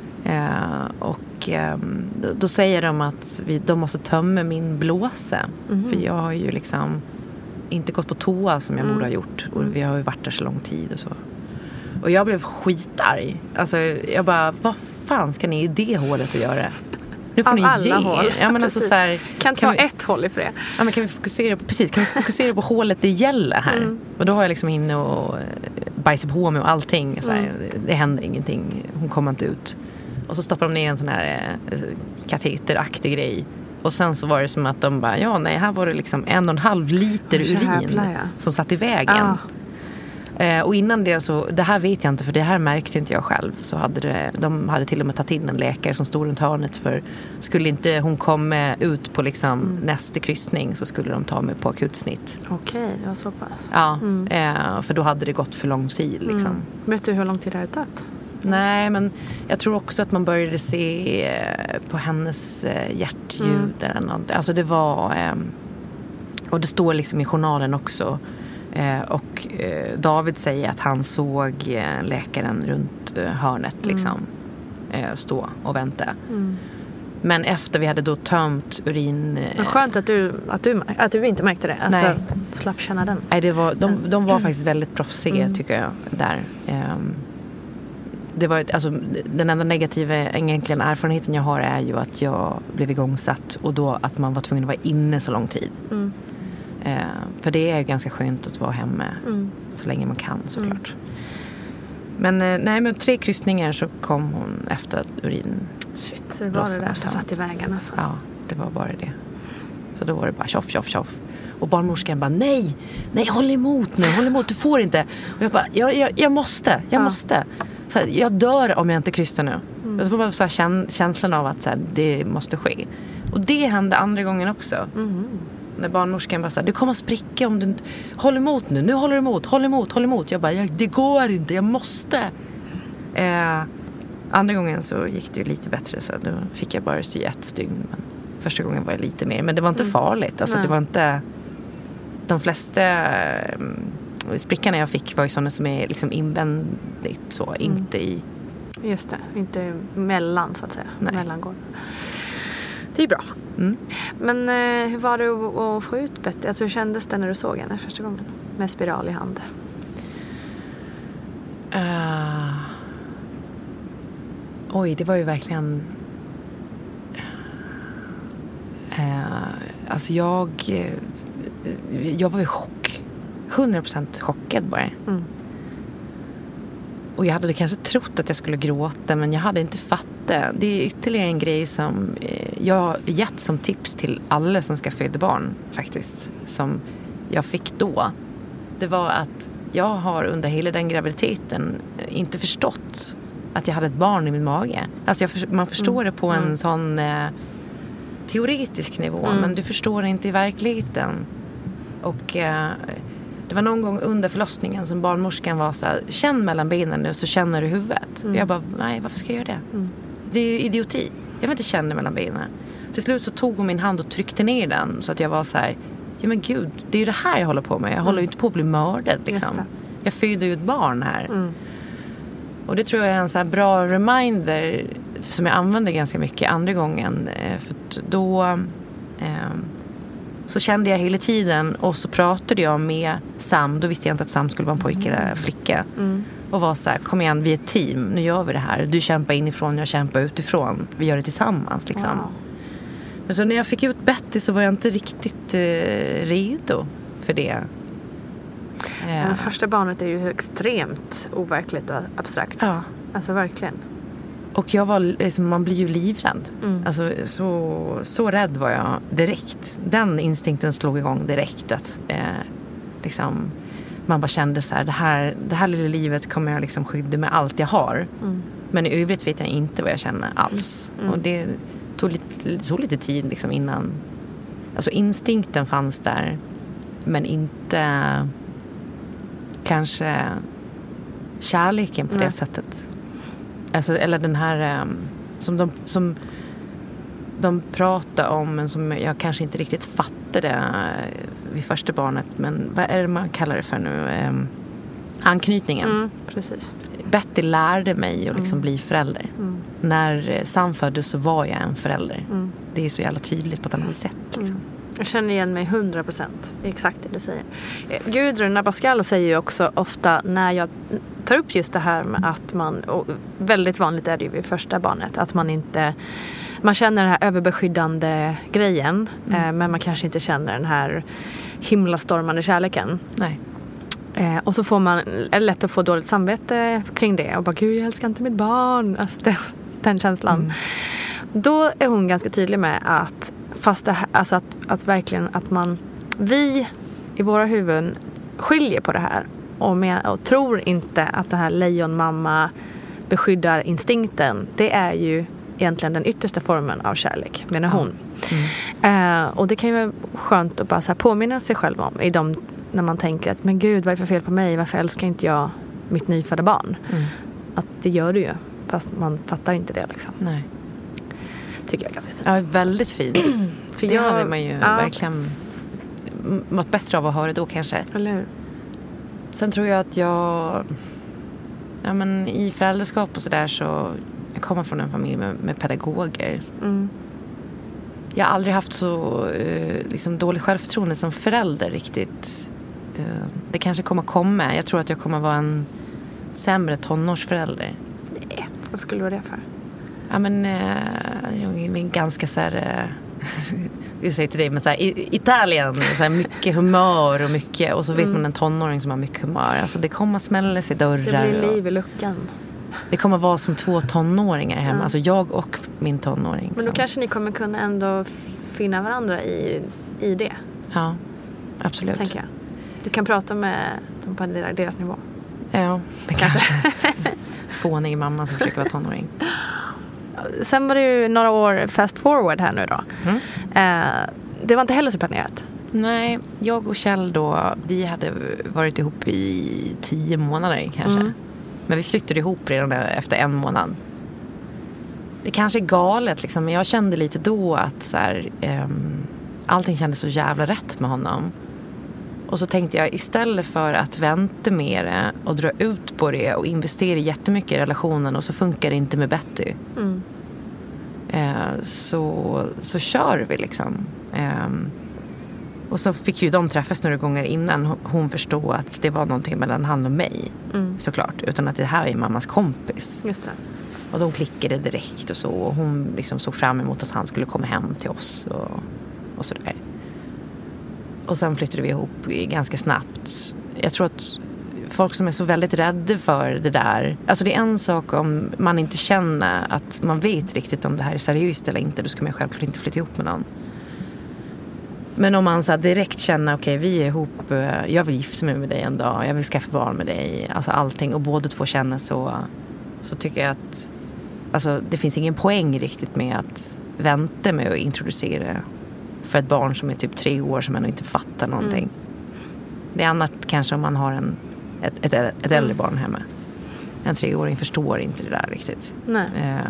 Eh, och eh, då, då säger de att vi, de måste tömma min blåse. Mm. För jag har ju liksom inte gått på toa som jag mm. borde ha gjort. Och vi har ju varit där så lång tid och så. Och jag blev skitarg. Alltså, jag bara, vad fan ska ni i det hålet att göra? Nu får Av ni alla ge. hål. Ja, men alltså, så här, kan inte vara ett håll i för det. Ja, men kan vi fokusera på, precis, kan vi fokusera på hålet det gäller här? Mm. Och då har jag liksom inne och bajsat på mig och allting. Så här, mm. Det händer ingenting. Hon kommer inte ut. Och så stoppar de ner en sån här eh, kateteraktig grej. Och sen så var det som att de bara, ja nej, här var det liksom en och en halv liter urin jävlar, ja. som satt i vägen. Ah. Eh, och innan det så, det här vet jag inte för det här märkte inte jag själv. Så hade det, de hade till och med tagit in en läkare som stod runt hörnet för skulle inte hon komma ut på liksom mm. nästa kryssning så skulle de ta mig på akutsnitt. Okej, det var så pass. Ja, mm. eh, för då hade det gått för lång tid liksom. Mm. Vet du hur lång tid det hade tagit? Nej, men jag tror också att man började se på hennes hjärtljud mm. eller något. Alltså det var eh, och det står liksom i journalen också. Eh, och eh, David säger att han såg eh, läkaren runt eh, hörnet liksom, mm. eh, stå och vänta. Mm. Men efter vi hade då tömt urin... Eh, Men skönt att du, att, du, att du inte märkte det. Alltså, nej. Slapp känna den. Nej, det var, de, de var faktiskt väldigt proffsiga mm. tycker jag där. Eh, det var, alltså, den enda negativa egentligen erfarenheten jag har är ju att jag blev igångsatt och då att man var tvungen att vara inne så lång tid. Mm. Eh, för det är ganska skönt att vara hemma mm. så länge man kan såklart. Mm. Men eh, nej, med tre kryssningar så kom hon efter urin. Shit, så det var det där som satt i vägen alltså. Ja, det var bara det. Så då var det bara tjoff, tjoff, tjoff. Och barnmorskan bara, nej, nej, håll emot nu, håll emot, du får inte. Och jag bara, jag, jag, jag måste, jag ja. måste. Så här, jag dör om jag inte kryssar nu. Mm. Och så var bara så här, kän, känslan av att så här, det måste ske. Och det hände andra gången också. Mm. När barnmorskan bara så här, du kommer att spricka om du... Håll emot nu, nu håller du emot, håll emot, håll emot. Jag bara, det går inte, jag måste. Eh, andra gången så gick det ju lite bättre. Så då fick jag bara sy ett stygn. Men första gången var det lite mer. Men det var inte mm. farligt. Alltså, det var inte... De flesta eh, sprickorna jag fick var ju sådana som är liksom invändigt så. Mm. Inte i... Just det, inte mellan så att säga. Nej. Mellangård. Det är bra. Mm. Men eh, hur var det att, att få ut Betty? Alltså, hur kändes det när du såg henne första gången? Med spiral i hand. Uh, oj, det var ju verkligen... Uh, alltså jag... Jag var i chock. hundra procent chockad bara. Mm. Och jag hade kanske trott att jag skulle gråta, men jag hade inte fattat. Det är ytterligare en grej som jag har gett som tips till alla som ska föda barn faktiskt. Som jag fick då. Det var att jag har under hela den graviditeten inte förstått att jag hade ett barn i min mage. Alltså jag, man förstår mm. det på en mm. sån eh, teoretisk nivå, mm. men du förstår det inte i verkligheten. Och... Eh, det var någon gång under förlossningen som barnmorskan var så här: känn mellan benen nu så känner du huvudet. Mm. Och jag bara, nej, varför ska jag göra det? Mm. Det är ju idioti. Jag vill inte känna mellan benen. Till slut så tog hon min hand och tryckte ner den så att jag var så här: ja men gud, det är ju det här jag håller på med. Jag mm. håller ju inte på att bli mördad liksom. Jag föder ju ett barn här. Mm. Och det tror jag är en så här bra reminder som jag använder ganska mycket andra gången. För då... Eh, Så kände jag hela tiden, och så pratade jag med Sam. Då visste jag inte att Sam skulle vara en pojke eller flicka. Mm. Och var så här, kom igen, vi är ett team. Nu gör vi det här. Du kämpar inifrån, jag kämpar utifrån. Vi gör det tillsammans liksom. Wow. Men så när jag fick ut Betty så var jag inte riktigt eh, redo för det. Ja. Det första barnet är ju extremt overkligt och abstrakt. Ja. Alltså verkligen. Och jag var, liksom, man blir ju livrädd. Mm. Alltså, så, så rädd var jag direkt. Den instinkten slog igång direkt. Att eh, liksom, man bara kände så här, det här, det här lilla livet kommer jag liksom skydda med allt jag har. Mm. Men i övrigt vet jag inte vad jag känner alls. Mm. Och det tog lite, tog lite tid liksom innan. Alltså instinkten fanns där. Men inte kanske kärleken på Nej. det sättet. Alltså, eller den här um, som, de, som de pratar om, men som jag kanske inte riktigt fattade uh, vid första barnet. Men vad är det man kallar det för nu? Um, anknytningen. Mm, precis. Betty lärde mig att liksom mm. bli förälder. Mm. När Sam föddes så var jag en förälder. Mm. Det är så jävla tydligt på ett annat sätt. Liksom. Mm. Jag känner igen mig hundra procent. Exakt det du säger. Gudrun Abascal säger ju också ofta när jag tar upp just det här med att man, och väldigt vanligt är det ju vid första barnet, att man inte, man känner den här överbeskyddande grejen, mm. eh, men man kanske inte känner den här himlastormande kärleken. Nej. Eh, och så får man, är det lätt att få dåligt samvete kring det och bara, gud jag älskar inte mitt barn, alltså det, den känslan. Mm. Då är hon ganska tydlig med att fast det, alltså att, att verkligen att man, vi i våra huvuden skiljer på det här och, med, och tror inte att det här lejonmamma beskyddar instinkten. Det är ju egentligen den yttersta formen av kärlek, menar hon. Mm. Eh, och det kan ju vara skönt att bara så här påminna sig själv om i de, när man tänker att men gud, vad är det för fel på mig? Varför älskar inte jag mitt nyfödda barn? Mm. Att det gör du ju, fast man fattar inte det liksom. Nej. Tycker jag är ganska fint. Ja, väldigt fint. För det jag, hade man ju ja. verkligen mått bättre av att höra då kanske. Eller hur? Sen tror jag att jag ja, men i föräldraskap och sådär så jag kommer från en familj med, med pedagoger. Mm. Jag har aldrig haft så eh, liksom dålig självförtroende som förälder riktigt. Eh, det kanske kommer komma. Jag tror att jag kommer vara en sämre tonårsförälder. Nej, vad skulle du vara det för? Ja, men eh, jag är ganska så här... Eh, jag säger till dig, men så här, i Italien, så här, mycket humör och mycket, och så vet mm. man en tonåring som har mycket humör. Alltså det kommer smälla sig dörrar. Det blir liv i luckan. Det kommer vara som två tonåringar hemma. Ja. Alltså jag och min tonåring. Men då som. kanske ni kommer kunna ändå finna varandra i, i det. Ja, absolut. Tänker jag. Du kan prata med dem på deras nivå. Ja, det kanske. Fånig mamma som försöker vara tonåring. Sen var det ju några år fast forward här nu då. Mm. Eh, det var inte heller så planerat. Nej, jag och Kjell då, vi hade varit ihop i tio månader kanske. Mm. Men vi flyttade ihop redan efter en månad. Det kanske är galet liksom, men jag kände lite då att så här, eh, allting kändes så jävla rätt med honom. Och så tänkte jag, istället för att vänta med det och dra ut på det och investera jättemycket i relationen och så funkar det inte med Betty. Mm. Eh, så, så kör vi liksom. Eh, och så fick ju de träffas några gånger innan hon förstod att det var någonting mellan han och mig. Mm. Såklart. Utan att det här är mammas kompis. Just det. Och de klickade direkt och så. Och hon liksom såg fram emot att han skulle komma hem till oss och, och sådär. Och sen flyttade vi ihop ganska snabbt. Jag tror att folk som är så väldigt rädda för det där. Alltså det är en sak om man inte känner att man vet riktigt om det här är seriöst eller inte. Då ska man självklart inte flytta ihop med någon. Men om man så direkt känner, okej, okay, vi är ihop, jag vill gifta mig med dig en dag, jag vill skaffa barn med dig, alltså allting, och båda två känner så, så tycker jag att alltså, det finns ingen poäng riktigt med att vänta med att introducera för ett barn som är typ tre år som ännu inte fattar någonting. Mm. Det är annat kanske om man har en, ett, ett, ett äldre mm. barn hemma. En treåring förstår inte det där riktigt. Nej. Eh,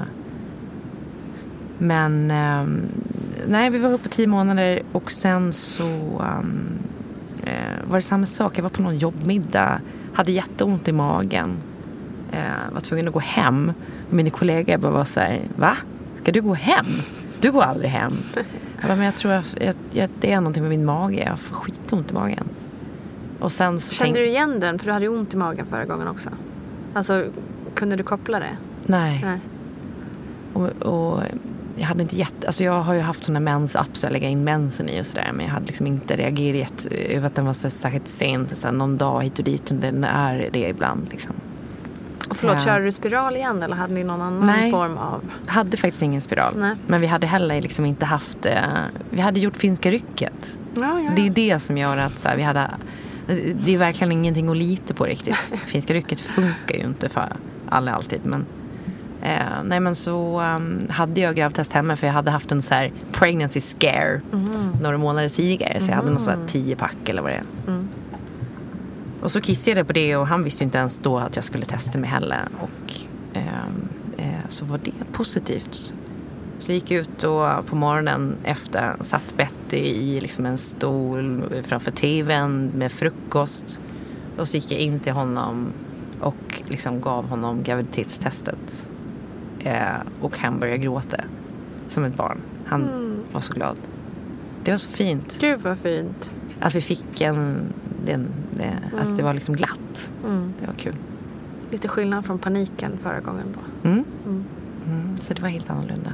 men eh, nej, vi var uppe tio månader och sen så um, eh, var det samma sak. Jag var på någon jobbmiddag, hade jätteont i magen, eh, var tvungen att gå hem. Och mina kollegor bara var så här, va? Ska du gå hem? Du går aldrig hem. Jag bara, men jag tror att jag, jag, det är någonting med min mage. Jag får skitont i magen. Och sen så kände tänk... du igen den? För du hade ju ont i magen förra gången också. Alltså, kunde du koppla det? Nej. Nej. Och, och jag hade inte jätte... Alltså jag har ju haft såna mensapp så jag lägger in mensen i och sådär. Men jag hade liksom inte reagerat över att den var så särskilt sent. Så här, någon dag hit och dit. Och den är det ibland liksom. Och förlåt, ja. Körde du spiral igen eller hade ni någon annan Nej, form av... hade faktiskt ingen spiral. Nej. Men vi hade heller liksom inte haft... Eh, vi hade gjort finska rycket. Ja, ja, ja. Det är det som gör att så här, vi hade... Det är verkligen ingenting att lita på riktigt. Finska rycket funkar ju inte för alla alltid. Men, eh, nej men så um, hade jag gravtest hemma för jag hade haft en så här pregnancy scare mm. några månader tidigare. Så jag hade någon så här tio pack eller vad det är. Mm. Och så kissade jag på det och han visste ju inte ens då att jag skulle testa mig heller. Och eh, eh, så var det positivt. Så jag gick ut och på morgonen efter satt Betty i liksom en stol framför tvn med frukost. Och så gick jag in till honom och liksom gav honom graviditetstestet. Eh, och han började gråta som ett barn. Han mm. var så glad. Det var så fint. Gud vad fint. Att vi fick en... Den, det, mm. Att det var liksom glatt. Mm. Det var kul. Lite skillnad från paniken förra gången då. Mm. Mm. Mm. Så det var helt annorlunda.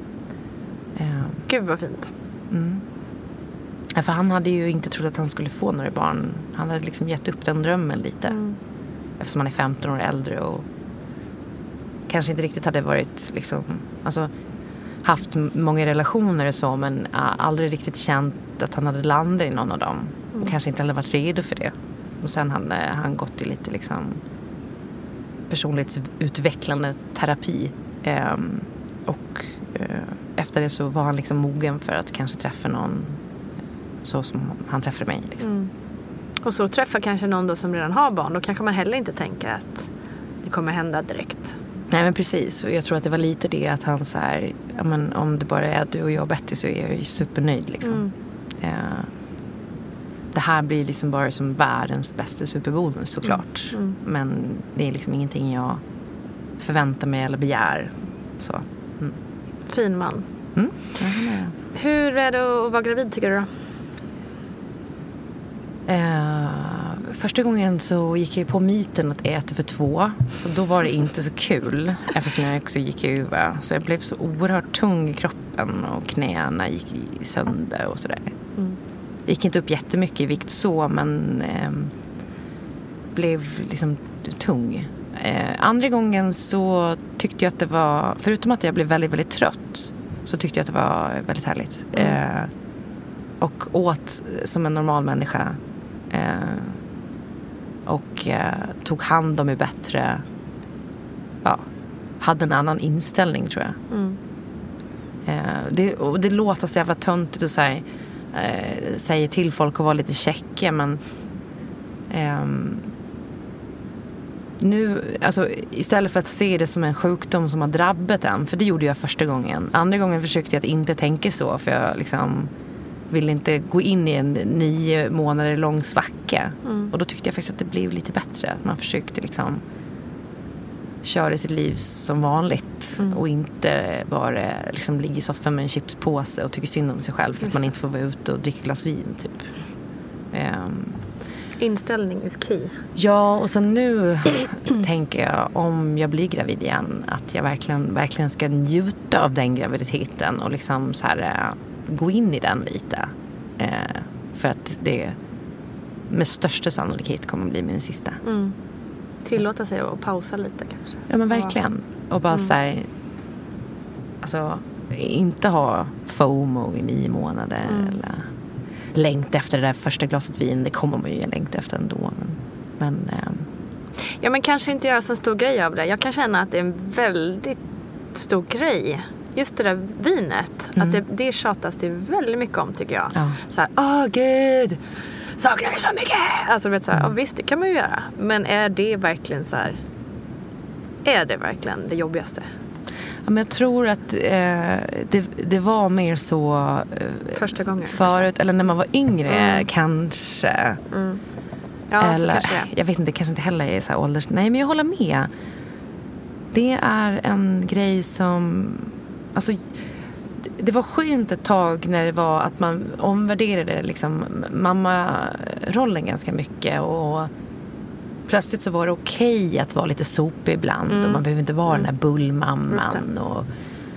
Uh. Gud vad fint. Mm. Ja, för han hade ju inte trott att han skulle få några barn. Han hade liksom gett upp den drömmen lite. Mm. Eftersom han är femton år äldre och kanske inte riktigt hade varit liksom, alltså, haft många relationer och så, men aldrig riktigt känt att han hade landat i någon av dem. Och mm. kanske inte hade varit redo för det. Och sen hade han gått i lite liksom personlighetsutvecklande terapi. Um, och uh, efter det så var han liksom mogen för att kanske träffa någon så som han träffade mig. Liksom. Mm. Och så träffa kanske någon då som redan har barn. Då kanske man heller inte tänker att det kommer hända direkt. Nej men precis. Och jag tror att det var lite det att han så här, ja, men om det bara är du och jag och Betty så är jag ju supernöjd liksom. Mm. Uh, det här blir liksom bara som världens bästa superbonus såklart. Mm. Mm. Men det är liksom ingenting jag förväntar mig eller begär. Så. Mm. Fin man. Mm. Hur är det att vara gravid tycker du då? Uh, första gången så gick jag på myten att äta för två. Så då var det inte så kul. Eftersom jag också gick över. Så jag blev så oerhört tung i kroppen. Och knäna gick sönder och sådär. Mm. Gick inte upp jättemycket i vikt så. Men eh, blev liksom tung. Eh, andra gången så tyckte jag att det var... Förutom att jag blev väldigt, väldigt trött. Så tyckte jag att det var väldigt härligt. Mm. Eh, och åt som en normal människa. Eh, och eh, tog hand om mig bättre. Ja, hade en annan inställning tror jag. Mm. Eh, det, och det låter så jävla töntigt och så här, eh, säger till folk att vara lite checka, men eh, nu, alltså istället för att se det som en sjukdom som har drabbat en, för det gjorde jag första gången. Andra gången försökte jag att inte tänka så, för jag liksom ville inte gå in i en nio månader lång svacka. Mm. Och då tyckte jag faktiskt att det blev lite bättre. Man försökte liksom kör sitt liv som vanligt mm. och inte bara liksom ligger i soffan med en chipspåse och tycker synd om sig själv för att man inte får vara ute och dricka glas vin typ. Um, Inställning is key. Ja, och sen nu tänker jag om jag blir gravid igen att jag verkligen, verkligen ska njuta av den graviditeten och liksom så här uh, gå in i den lite. Uh, för att det med största sannolikhet kommer att bli min sista. Mm. Tillåta sig att pausa lite kanske. Ja, men verkligen. Och bara mm. så här, alltså inte ha FOMO i nio månader mm. eller längta efter det där första glaset vin. Det kommer man ju längta efter ändå. Men, men ähm. ja, men kanske inte göra så stor grej av det. Jag kan känna att det är en väldigt stor grej. Just det där vinet. Mm. Att det, det tjatas det väldigt mycket om tycker jag. Ja. Så här, åh gud, saknar det så mycket. Alltså vet så här, mm. ja, visst det kan man ju göra. Men är det verkligen så här, är det verkligen det jobbigaste? Ja, men jag tror att eh, det, det var mer så eh, första gången förut, kanske. Eller när man var yngre mm. kanske. Mm. Ja, eller, kanske. Jag vet inte, kanske inte heller är så här ålders. Nej, men jag håller med. Det är en grej som, alltså, det var skönt ett tag när det var att man omvärderade liksom mammarollen ganska mycket och plötsligt så var det okej att vara lite sopig ibland mm. och man behöver inte vara mm. den här bullmamman och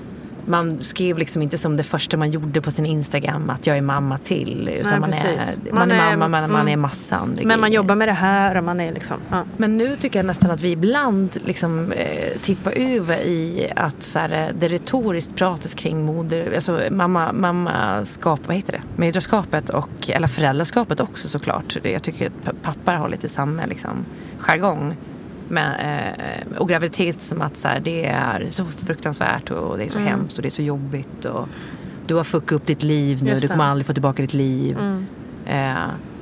man skrev liksom inte som det första man gjorde på sin Instagram att jag är mamma till utan Nej, man, är, man, man är mamma men mm. man är massa andra men man grejer. Jobbar med det här och man är liksom ja. Men nu tycker jag nästan att vi ibland liksom eh, tippar över i att så här, det retoriskt pratas kring moder, alltså mamma, mammaskap, vad heter det? Mödraskapet och eller föräldraskapet också såklart. Jag tycker att pappar har lite samma liksom jargong. Med, eh, och graviditet som att så här, det är så fruktansvärt och det är så mm. hemskt och det är så jobbigt och du har fuckat upp ditt liv nu, du kommer aldrig få tillbaka ditt liv. Mm. Eh,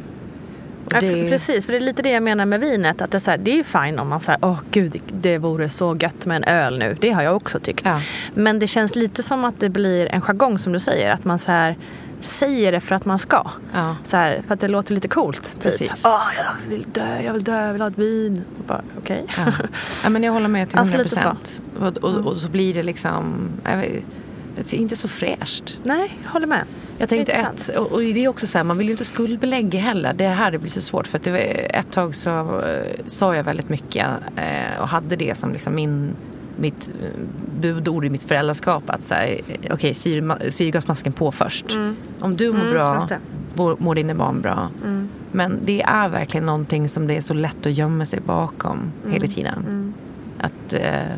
ja, det... precis, för det är lite det jag menar med vinet att det är, så här, det är ju fine om man säger åh gud, det vore så gött med en öl nu. Det har jag också tyckt. Ja. Men det känns lite som att det blir en jargong som du säger, att man så här säger det för att man ska. Ja. Så här, för att det låter lite coolt. Precis. Typ. Åh, jag vill dö, jag vill dö, jag vill ha ett vin. Okej. Okay. Ja. Ja, men jag håller med till hundra procent. Alltså och, och, och så blir det liksom jag vet, det är inte så fräscht. Nej, jag håller med. Jag tänkte ett, och, och det är också så här, man vill ju inte skuldbelägga heller. Det här det blir så svårt för att det var, ett tag så uh, sa jag väldigt mycket uh, och hade det som liksom min mitt budord i mitt föräldraskap att säga okej, okay, syr, syrgasmasken på först. Mm. Om du mår mm, bra mår, mår dina barn bra. Mm. Men det är verkligen någonting som det är så lätt att gömma sig bakom mm. hela tiden. Mm. Att uh,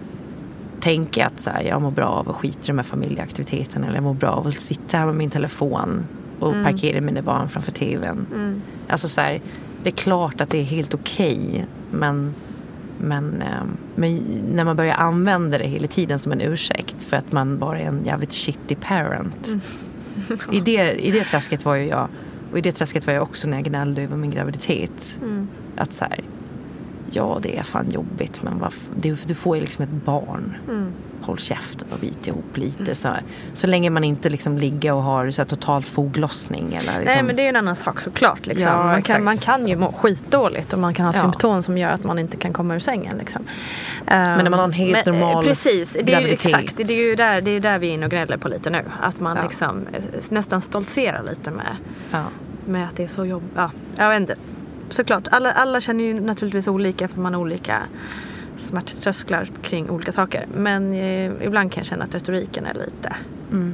tänka att så här, jag mår bra av att skita i de här familjeaktiviteterna eller jag mår bra av att sitta här med min telefon och mm. parkera mina barn framför tvn. Mm. Alltså så här, det är klart att det är helt okej okay, men Men, men när man börjar använda det hela tiden som en ursäkt för att man bara är en jävligt shitty parent. Mm. I, det, I det träsket var ju jag. Och i det träsket var jag också när jag gnällde över min graviditet. Mm. Att så här, ja det är fan jobbigt men vad, du, du får ju liksom ett barn. Mm. Håll käften och bit ihop lite. Mm. Så, så länge man inte liksom ligger och har så här, total foglossning. Eller, liksom. Nej, men det är ju en annan sak såklart. Liksom. Ja, man, kan, man kan ju må skitdåligt och man kan ha ja. symptom som gör att man inte kan komma ur sängen. Liksom. Men när man har en helt men, normal precis, det är ju, graviditet. exakt. Det är ju där, det är där vi är inne och gnäller på lite nu. Att man ja. liksom nästan stoltserar lite med, ja. med att det är så jobbigt. Ja, jag vet inte. Såklart, alla, alla känner ju naturligtvis olika för man har olika smärttrösklar kring olika saker. Men eh, ibland kan jag känna att retoriken är lite mm.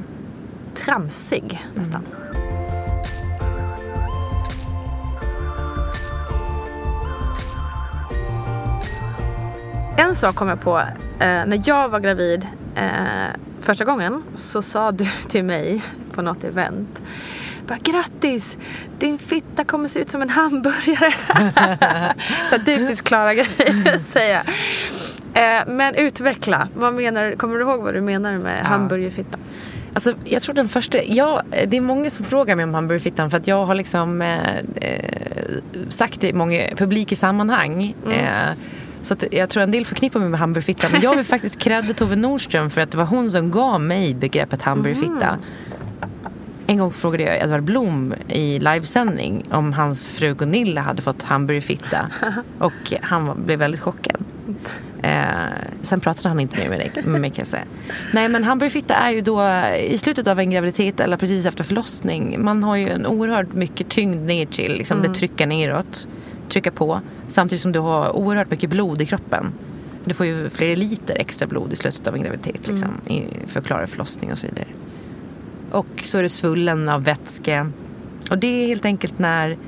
tramsig nästan. Mm. En sak kom jag på eh, när jag var gravid eh, första gången så sa du till mig på något event bara, grattis, din fitta kommer se ut som en hamburgare. Så typiskt Klara grejer säga. Eh, men utveckla, vad menar, kommer du ihåg vad du menar med ja. hamburgerfitta? Alltså, jag tror den första, ja, det är många som frågar mig om hamburgerfittan för att jag har liksom eh, sagt det i många publika sammanhang. Mm. Eh, så att jag tror en del förknippar mig med hamburgerfittan. Men jag vill faktiskt credda Tove Nordström för att det var hon som gav mig begreppet hamburgerfitta. Mm. En gång frågade jag Edvard Blom i livesändning om hans fru Gunilla hade fått hamburgerfitta. Och han blev väldigt chockad. Eh, sen pratade han inte mer med, dig, med mig kan jag säga. Nej, men hamburgerfitta är ju då i slutet av en graviditet eller precis efter förlossning. Man har ju en oerhört mycket tyngd ner till. Liksom mm. Det trycker neråt, trycker på. Samtidigt som du har oerhört mycket blod i kroppen. Du får ju flera liter extra blod i slutet av en graviditet liksom, mm. i, för att klara förlossning och så vidare. Och så är det svullen av vätska. Och det är helt enkelt när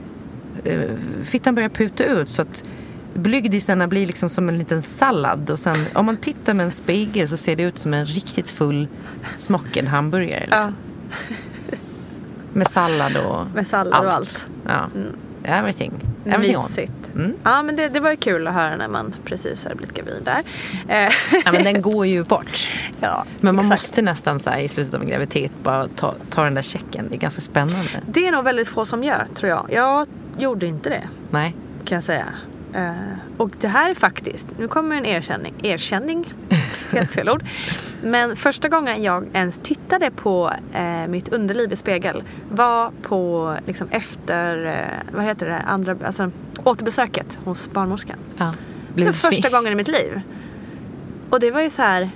uh, fittan börjar puta ut så att blygdisarna blir liksom som en liten sallad. Och sen om man tittar med en spegel så ser det ut som en riktigt full smocken hamburgare. Liksom. Ja. Med sallad och Med sallad allt. och allt. Ja. Mm. Everything. Everything Mysigt. Mm. Ja, men det, det var ju kul att höra när man precis har blivit gravid där. Ja, men den går ju bort. Ja, men man exakt. måste nästan så här, i slutet av en graviditet bara ta, ta den där checken. Det är ganska spännande. Det är nog väldigt få som gör, tror jag. Jag gjorde inte det. Nej. Kan jag säga. Uh, och det här är faktiskt, nu kommer en erkänning. Erkänning, helt fel ord. Men första gången jag ens tittade på uh, mitt underliv i spegel var på liksom efter, uh, vad heter det, andra, alltså återbesöket hos barnmorskan. Ja. Det var första gången i mitt liv. Och det var ju så här,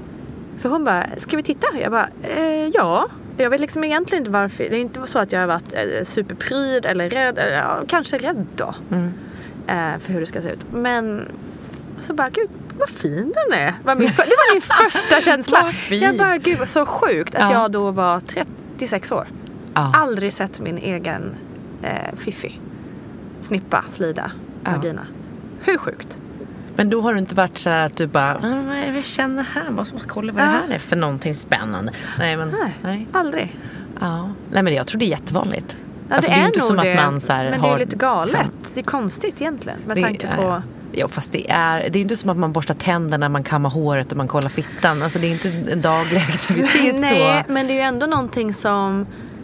för hon bara, ska vi titta? Jag bara, eh, ja. Jag vet liksom egentligen inte varför. Det är inte så att jag har varit eh, superpryd eller rädd, eller ja, kanske rädd då. Mm. För hur det ska se ut. Men så bara, gud, vad fin den är. Var min för, det var min första känsla. Jag bara, gud, så sjukt att ja. jag då var trettiosex år. Ja. Aldrig sett min egen eh, fiffi. Snippa, slida, ja. vagina. Hur sjukt? Men då har du inte varit så här att du bara, vad är det vi känner här? Vad ska man kolla vad ja. det här är för någonting spännande? Nej, men nej, nej. aldrig. Ja. Nej, men jag tror det är jättevanligt. Ja, alltså, det, det är är inte nog som det, att man så här men det är har, lite galet. Liksom, det är konstigt egentligen med det, tanke på... Ja, fast det är, det är inte som att man borstar tänderna när man kammar håret och man kollar fittan. Alltså det är inte en daglig aktivitet. Nej, så. men det är ju ändå någonting som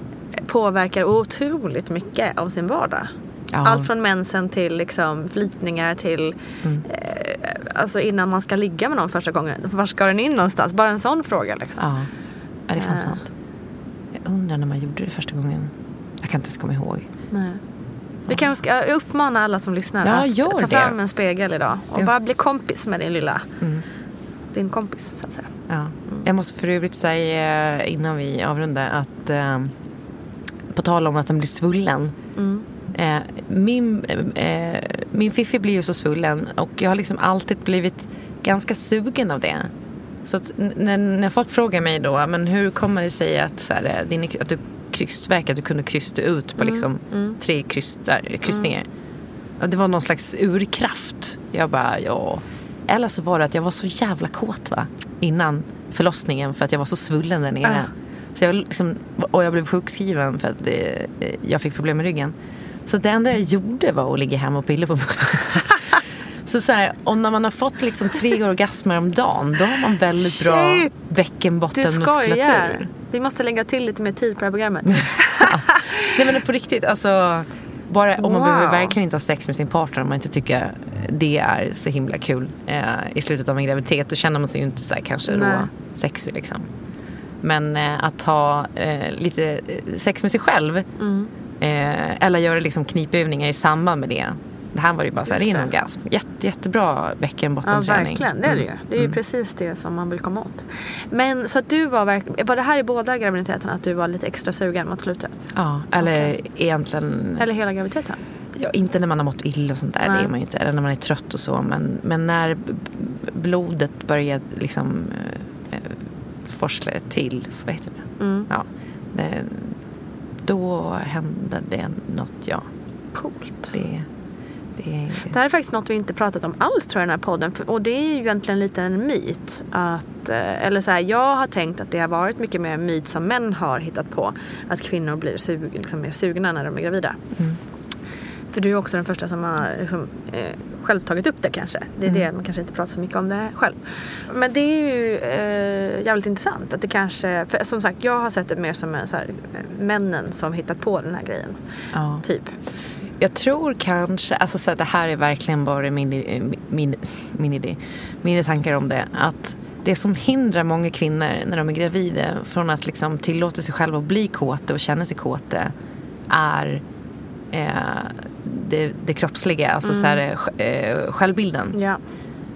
påverkar otroligt mycket av sin vardag. Ja. Allt från mensen till liksom flytningar till mm. eh, alltså innan man ska ligga med någon första gången. Var ska den in någonstans? Bara en sån fråga liksom. Ja, ja det är fan sant. Jag undrar när man gjorde det första gången. Jag kan inte ens komma ihåg. Nej. Vi kan ska uppmana alla som lyssnar ja, att ta det. fram en spegel idag och en... bara bli kompis med din lilla mm. din kompis så att säga. Ja. Mm. Jag måste för övrigt säga innan vi avrundar att eh, på tal om att den blir svullen. Mm. Eh, min eh, min fiffi blir ju så svullen och jag har liksom alltid blivit ganska sugen av det. Så att när, när folk frågar mig då, men hur kommer det sig att så här, din, att du krystverk, att du kunde krysta ut på mm. liksom mm. tre krystar, kryssningar. Mm. Och det var någon slags urkraft. Jag bara, ja. Eller så var det att jag var så jävla kåt va? Innan förlossningen för att jag var så svullen där nere. Uh. Så jag liksom, och jag blev sjukskriven för att det, jag fick problem med ryggen. Så det enda jag gjorde var att ligga hemma och pilla på mig själv. Så så här, och när man har fått liksom tre orgasmer om dagen, då har man väldigt bra bäckenbottenmuskulatur. Vi måste lägga till lite mer tid på det här programmet. Ja. Nej men på riktigt, alltså bara om man wow. behöver verkligen inte ha sex med sin partner om man inte tycker det är så himla kul eh, i slutet av en graviditet, då känner man sig ju inte så här, kanske då sexig liksom. Men eh, att ha eh, lite sex med sig själv mm. eh, eller göra liksom knipövningar i samband med det. Det här var ju bara så här, det är en orgasm. Jätte, jättebra bäckenbottenträning. Ja, verkligen. Det är det ju. Det är ju mm. precis det som man vill komma åt. Men så att du var verkligen, var det här i båda graviditeterna att du var lite extra sugen mot slutet? Ja, eller okay. egentligen... Eller hela graviditeten? Ja, inte när man har mått illa och sånt där. Nej. Det är man ju inte. Eller när man är trött och så. Men, men när blodet börjar liksom äh, forsla till, vad heter det? Mm. Ja, det, då händer det något, ja. Coolt. Det Det, det här är faktiskt något vi inte pratat om alls tror jag i den här podden. Och det är ju egentligen lite en myt. Att, eller så här, jag har tänkt att det har varit mycket mer myt som män har hittat på. Att kvinnor blir sug, liksom mer sugna när de är gravida. Mm. För du är också den första som har liksom, eh, själv tagit upp det kanske. Det är mm. det, man kanske inte pratar så mycket om det själv. Men det är ju eh, jävligt intressant. Att det kanske, för som sagt, jag har sett det mer som en, så här, männen som hittat på den här grejen. Ja. Typ. Jag tror kanske, alltså så att det här är verkligen bara min, min, min idé, mina tankar om det, att det som hindrar många kvinnor när de är gravida från att liksom tillåta sig själva att bli kåta och känna sig kåta är eh, det, det kroppsliga, alltså mm. så här, eh, självbilden. Ja.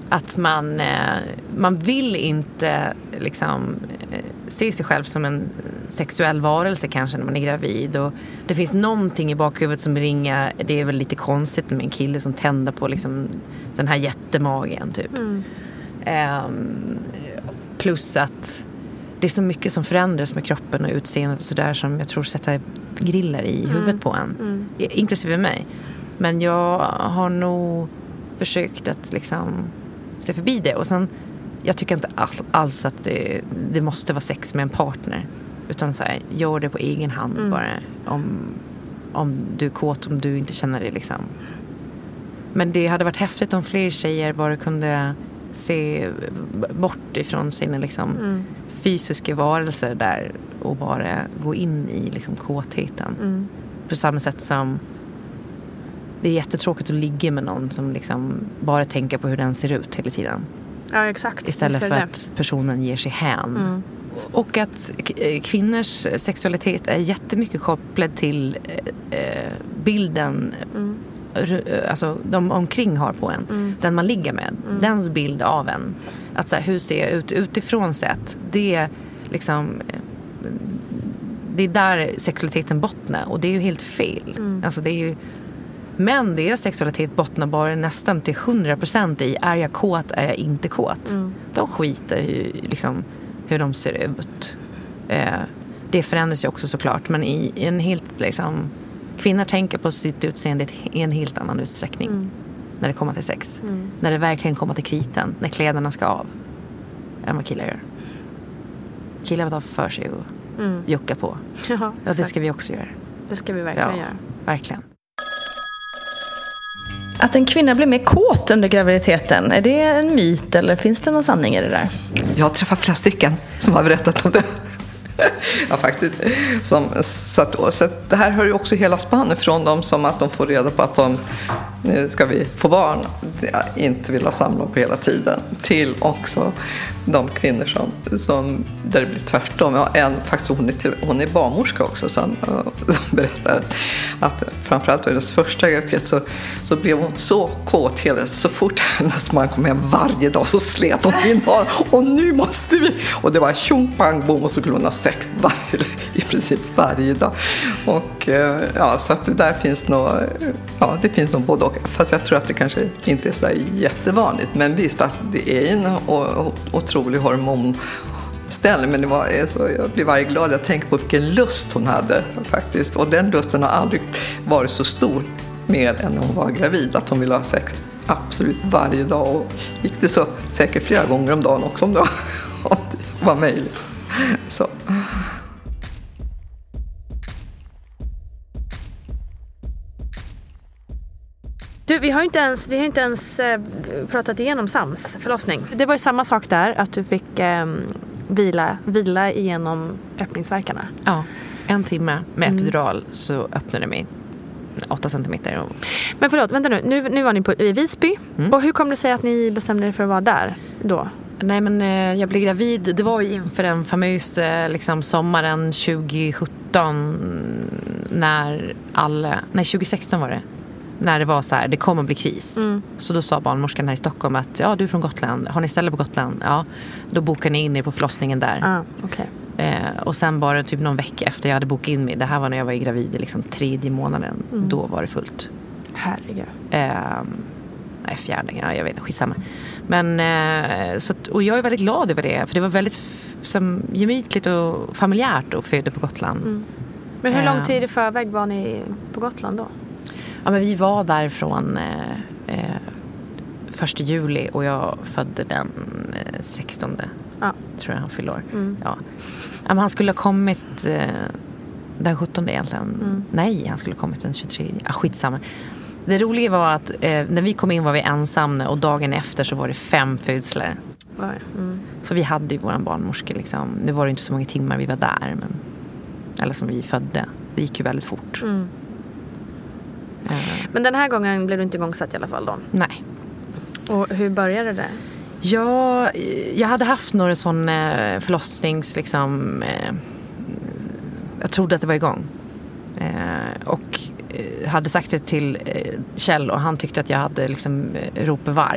att man, eh, man vill inte liksom, eh, se sig själv som en sexuell varelse kanske när man är gravid. Och det finns någonting i bakhuvudet som ringer. Det är väl lite konstigt med en kille som tänder på liksom, den här jättemagen typ. Mm. Eh, plus att det är så mycket som förändras med kroppen och utseendet och sådär som jag tror sätter griller i huvudet mm. på en. Mm. Inklusive mig. Men jag har nog försökt att liksom se förbi det. Och sen, jag tycker inte all, alls att det, det måste vara sex med en partner. Utan så här, gör det på egen hand mm. bara. Om, om du är kåt, om du inte känner det liksom. Men det hade varit häftigt om fler tjejer bara kunde se bort ifrån sina liksom mm. fysiska varelser där och bara gå in i liksom kåtheten. Mm. På samma sätt som det är jättetråkigt att ligga med någon som liksom bara tänker på hur den ser ut hela tiden. Ja, exakt. Istället för att personen ger sig hän. Mm. Och att kvinnors sexualitet är jättemycket kopplad till eh, bilden mm. alltså de omkring har på en. Mm. Den man ligger med. Mm. Dens bild av en. Att så här, hur ser jag ut utifrån sett. Det är liksom det är där sexualiteten bottnar. Och det är ju helt fel. Mm. Alltså det är ju men deras sexualitet bottnar bara nästan till hundra procent i är jag kåt, är jag inte kåt. Mm. De skiter i liksom, hur de ser ut. Eh, det förändras ju också såklart. Men i, i en helt liksom, kvinnor tänker på sitt utseende i en helt annan utsträckning. Mm. När det kommer till sex. Mm. När det verkligen kommer till kriten. När kläderna ska av. Än vad killar gör. Killar vill ta för sig och mm. jucka på. Ja, ja, det ska vi också göra. Det ska vi verkligen ja, göra. Verkligen. Att en kvinna blir mer kåt under graviditeten, är det en myt eller finns det någon sanning i det där? Jag har träffat flera stycken som har berättat om det. Ja, faktiskt. Som, så att, så att det här hör ju också hela spannet från dem som att de får reda på att de, nu ska vi få barn, inte vill ha samlag på hela tiden. Till också de kvinnor som, som där det blir tvärtom. Ja, en, faktiskt hon är, till, hon är barnmorska också som, som berättar att framförallt i hennes första graviditet så, så blev hon så kåt hela, så fort hennes man kom hem varje dag så slet hon in barn och nu måste vi, och det var tjong pang bom och så skulle hon ha sex varje, i princip varje dag. Och ja, så att det där finns nog, ja, det finns nog både och, fast jag tror att det kanske inte är så jättevanligt, men visst att det är en otrolig hormonställning, men det var så, jag blir varje glad jag tänker på vilken lust hon hade faktiskt, och den lusten har aldrig varit så stor mer än när hon var gravid, att hon ville ha sex absolut varje dag, och gick det så säkert flera gånger om dagen också om det var, om det var möjligt. Så. Du, vi har inte ens, vi har inte ens eh, pratat igenom Sams förlossning. Det var ju samma sak där, att du fick eh, vila, vila igenom öppningsverkarna. Ja, en timme med epidural mm. så öppnade det mig åtta centimeter. Och... Men förlåt, vänta nu. Nu, nu var ni på, i Visby. Mm. Och hur kom det sig att ni bestämde er för att vara där då? Nej, men eh, jag blev gravid. Det var ju inför den famösa eh, liksom, sommaren tjugo sjutton när alla... Nej, tjugo sexton var det. När det var så här, det kommer att bli kris. Mm. Så då sa barnmorskan här i Stockholm att ja, du är från Gotland. Har ni ställe på Gotland? Ja, då bokar ni in er på förlossningen där. Ah, okay. eh, och sen bara typ någon vecka efter jag hade bokat in mig. Det här var när jag var gravid i liksom tredje månaden. Mm. Då var det fullt. Herregud. Eh, nej, fjärde. Ja, jag vet inte, skitsamma. Men, eh, så, och jag är väldigt glad över det. För det var väldigt som, gemytligt och familjärt att föda på Gotland. Mm. Men hur lång tid i förväg var ni på Gotland då? Ja, men vi var där från eh, eh, första juli och jag födde den eh, sextonde. Ja. Tror jag han fyllde år. Mm. Ja. Ja, men han skulle ha kommit eh, den sjuttonde egentligen. Mm. Nej, han skulle ha kommit den tjugotredje. Ja, skitsamma. Det roliga var att eh, när vi kom in var vi ensamma och dagen efter så var det fem födslar. Mm. Så vi hade ju våran barnmorska liksom. Nu var det inte så många timmar vi var där, men eller som vi födde. Det gick ju väldigt fort. Mm. Men den här gången blev du inte igångsatt i alla fall då? Nej. Och hur började det? Ja, jag hade haft några sån förlossnings liksom, eh, jag trodde att det var igång. Eh, och hade sagt det till eh, Kjell och han tyckte att jag hade liksom ropat varg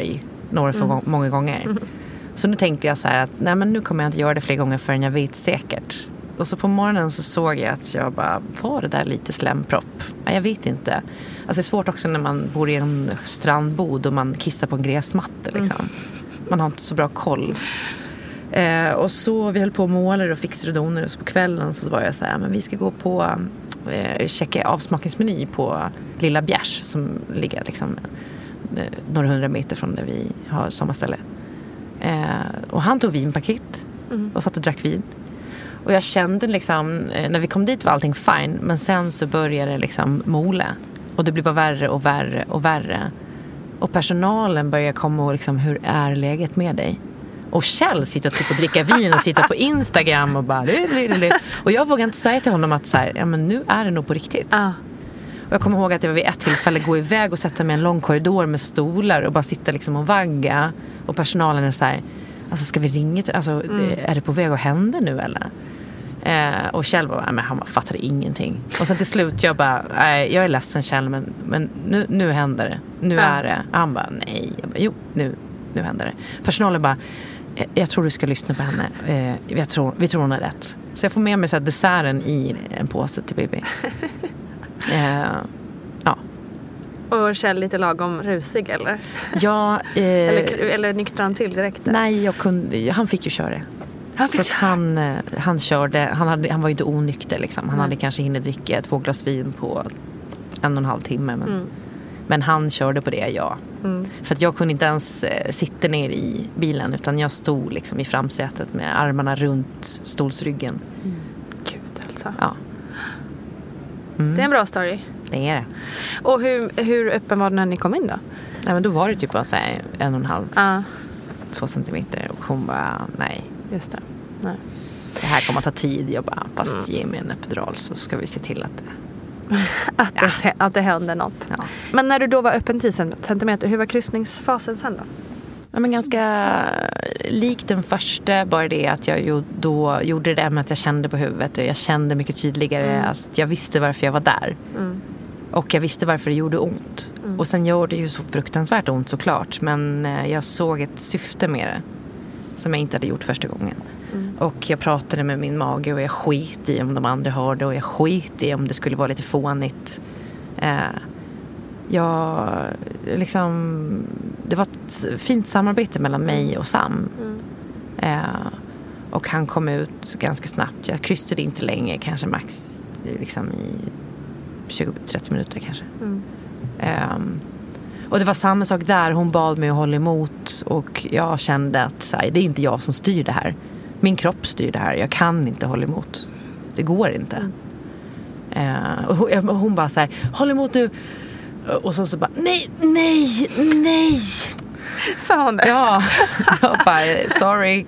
några för mm. många gånger. Mm. Så nu tänkte jag så här att nej, men nu kommer jag inte göra det fler gånger förrän jag vet säkert. Och så på morgonen så såg jag att jag bara, var det där lite slempropp? Nej, jag vet inte. Alltså det är svårt också när man bor i en strandbod och man kissar på en gräsmatta liksom. Mm. Man har inte så bra koll. Eh, och så vi höll på och målade och fixade och doner, och så på kvällen så var jag så här, men vi ska gå på eh, checka avsmakningsmeny på Lilla Bjärs som ligger liksom eh, några hundra meter från där vi har sommarställe. Eh, och han tog vinpaket mm. och satt och drack vin. Och jag kände liksom, eh, när vi kom dit var allting fine, men sen så började det liksom mola. Och det blev bara värre och värre och värre. Och personalen började komma och liksom, hur är läget med dig? Och Kjell sitter typ och dricka vin och sitter på Instagram och bara... Och jag vågade inte säga till honom att så här, ja, men nu är det nog på riktigt. Ah. Och jag kommer ihåg att jag vid ett tillfälle gå iväg och sätta mig i en lång korridor med stolar och bara sitta liksom och vagga. Och personalen är så här, alltså ska vi ringa till, alltså mm. är det på väg att hända nu eller? Eh, och Kjell bara, men han fattade ingenting. Och sen till slut jag bara, nej, jag är ledsen Kjell, men, men nu, nu händer det. Nu ah. är det. Och han bara, nej. Jag bara, jo, nu, nu händer det. Personalen bara, jag tror du ska lyssna på henne. Eh, jag tror, vi tror hon har rätt. Så jag får med mig så här desserten i en påse till Bibi. eh, ja. Och Kjell lite lagom rusig, eller? Ja. Eh, eller, eller nyktrade han till direkt? Där? Nej, jag kunde, han fick ju köra. Han fick så att han, han körde, han, hade, han var ju inte onykter liksom. Han mm. hade kanske hinnit dricka två glas vin på en och en halv timme. Men, mm. men han körde på det, ja. Mm. För att jag kunde inte ens eh, sitta ner i bilen, utan jag stod liksom i framsätet med armarna runt stolsryggen. Mm. Gud alltså. Ja. Mm. Det är en bra story. Det är det. Och hur, hur öppen var det när ni kom in då? Nej, men då var det typ bara så här, en och en halv, uh. två centimeter. Och hon bara, nej. Just det. Nej. Det här kommer att ta tid. Jag bara, fast mm. ge mig en epidural så ska vi se till att det... att, det, ja. att det händer något. Ja. Men när du då var öppen tio centimeter, hur var kryssningsfasen sen då? Ja, men ganska likt den första, bara det att jag ju då gjorde det med att jag kände på huvudet och jag kände mycket tydligare mm. att jag visste varför jag var där. Mm. Och jag visste varför det gjorde ont. Mm. Och sen gjorde det ju så fruktansvärt ont såklart, men jag såg ett syfte med det som jag inte hade gjort första gången. Mm. Och jag pratade med min mage och jag skit i om de andra hörde och jag skit i om det skulle vara lite fånigt. Eh, jag liksom, det var ett fint samarbete mellan mig och Sam. Mm. Eh, och han kom ut ganska snabbt. Jag kryssade inte länge, kanske max liksom i tjugo till trettio minuter kanske. Mm. Eh, och det var samma sak där. Hon bad mig att hålla emot och jag kände att så här, det är inte jag som styr det här. Min kropp styr det här. Jag kan inte hålla emot. Det går inte. Mm. Eh, och hon, hon bara så här, håll emot nu. Och så så bara, nej, nej, nej. Sa hon det? Ja. Jag bara, sorry.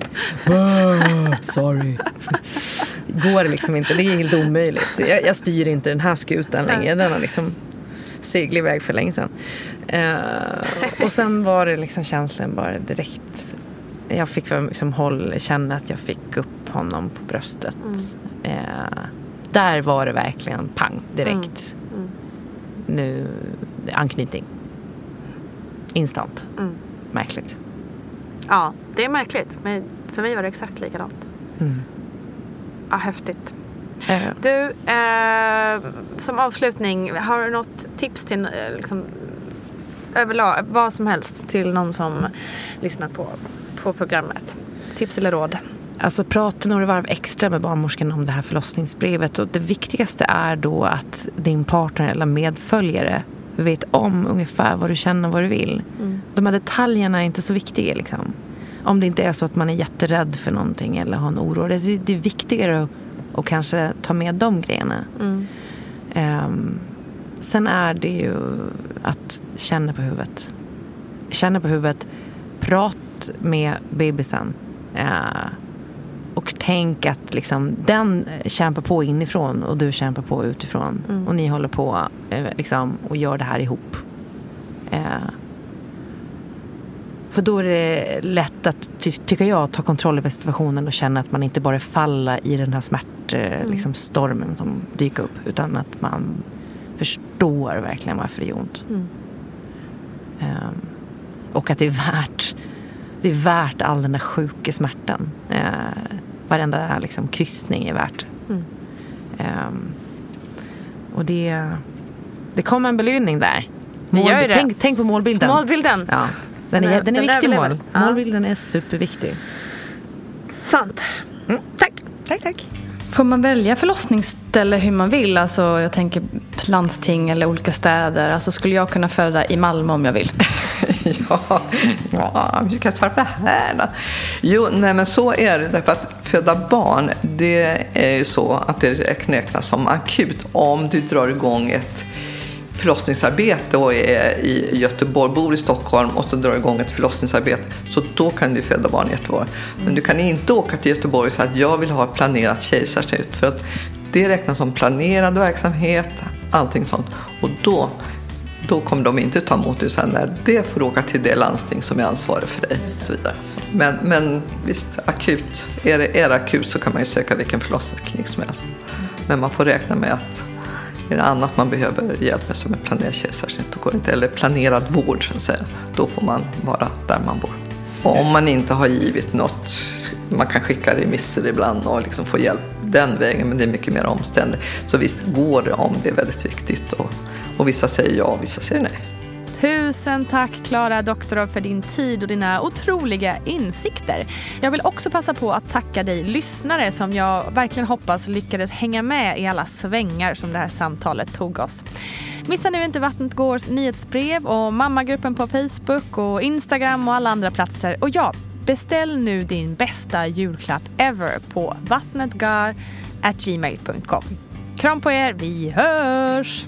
sorry. Går liksom inte. Det är helt omöjligt. Jag, jag styr inte den här skutan längre. Den har liksom seglat iväg för länge sedan. Eh, och sen var det liksom känslan bara direkt. Jag fick liksom håll, känna att jag fick upp honom på bröstet. Mm. Eh, där var det verkligen pang direkt. Mm. Mm. Nu, anknytning. Instant. Mm. Märkligt. Ja, det är märkligt. Men för mig var det exakt likadant. Mm. Ja, häftigt. Äh. Du, eh, som avslutning, har du något tips till liksom, överlag, vad som helst till någon som lyssnar på, på programmet? Tips eller råd? Alltså prata några varv extra med barnmorskan om det här förlossningsbrevet. Och det viktigaste är då att din partner eller medföljare vet om ungefär vad du känner och vad du vill. Mm. De här detaljerna är inte så viktiga liksom. Om det inte är så att man är jätterädd för någonting eller har en oro. Det är, det är viktigare att, att kanske ta med de grejerna. Mm. Um, sen är det ju att känna på huvudet. Känna på huvudet. Prat med bebisen. Uh, och tänk att liksom, den kämpar på inifrån och du kämpar på utifrån. Mm. Och ni håller på eh, liksom, och gör det här ihop. Eh, för då är det lätt att, ty- tycker jag, ta kontroll över situationen och känna att man inte bara faller i den här smärt, eh, mm. liksom, stormen som dyker upp. Utan att man förstår verkligen varför det är ont. Mm. Eh, och att det är värt det är värt all den där sjuka smärtan. Eh, varenda liksom, kryssning är värt. Mm. Eh, och det det kommer en belöning där. Mål, gör det. Tänk, tänk på målbilden. Målbilden. Ja, den är, den är den viktig mål. Ja. Målbilden är superviktig. Sant. Mm. Tack. Tack, tack. Får man välja förlossningsställe hur man vill? Alltså jag tänker landsting eller olika städer. Alltså skulle jag kunna föda i Malmö om jag vill? ja, ja, vi kan svara på det här då. Jo, nej men så är det. Därför att föda barn, det är ju så att det räknas som akut om du drar igång ett förlossningsarbete och är i Göteborg, bor i Stockholm och så drar igång ett förlossningsarbete, så då kan du föda barn i Göteborg. Men du kan inte åka till Göteborg och säga att jag vill ha planerat kejsarsnitt, för att det räknas som planerad verksamhet, allting sånt. Och då, då kommer de inte ta emot dig sen när det får åka till det landsting som är ansvarig för dig och så vidare. Men, men visst, akut, är det, är det akut så kan man ju söka vilken förlossningsklinik som helst. Men man får räkna med att är det annat man behöver hjälp med som är planerad kejsarsnitt går inte, eller planerad vård så att säga, då får man vara där man bor. Och om man inte har givit något, man kan skicka remisser ibland och liksom få hjälp den vägen, men det är mycket mer omständigt. Så visst går det om det är väldigt viktigt och, och vissa säger ja, vissa säger nej. Tusen tack Klara Doktorov för din tid och dina otroliga insikter. Jag vill också passa på att tacka dig lyssnare som jag verkligen hoppas lyckades hänga med i alla svängar som det här samtalet tog oss. Missa nu inte Vattnet Gårs nyhetsbrev och mammagruppen på Facebook och Instagram och alla andra platser. Och ja, beställ nu din bästa julklapp ever på vattnetgar at gmail dot com. Kram på er, vi hörs!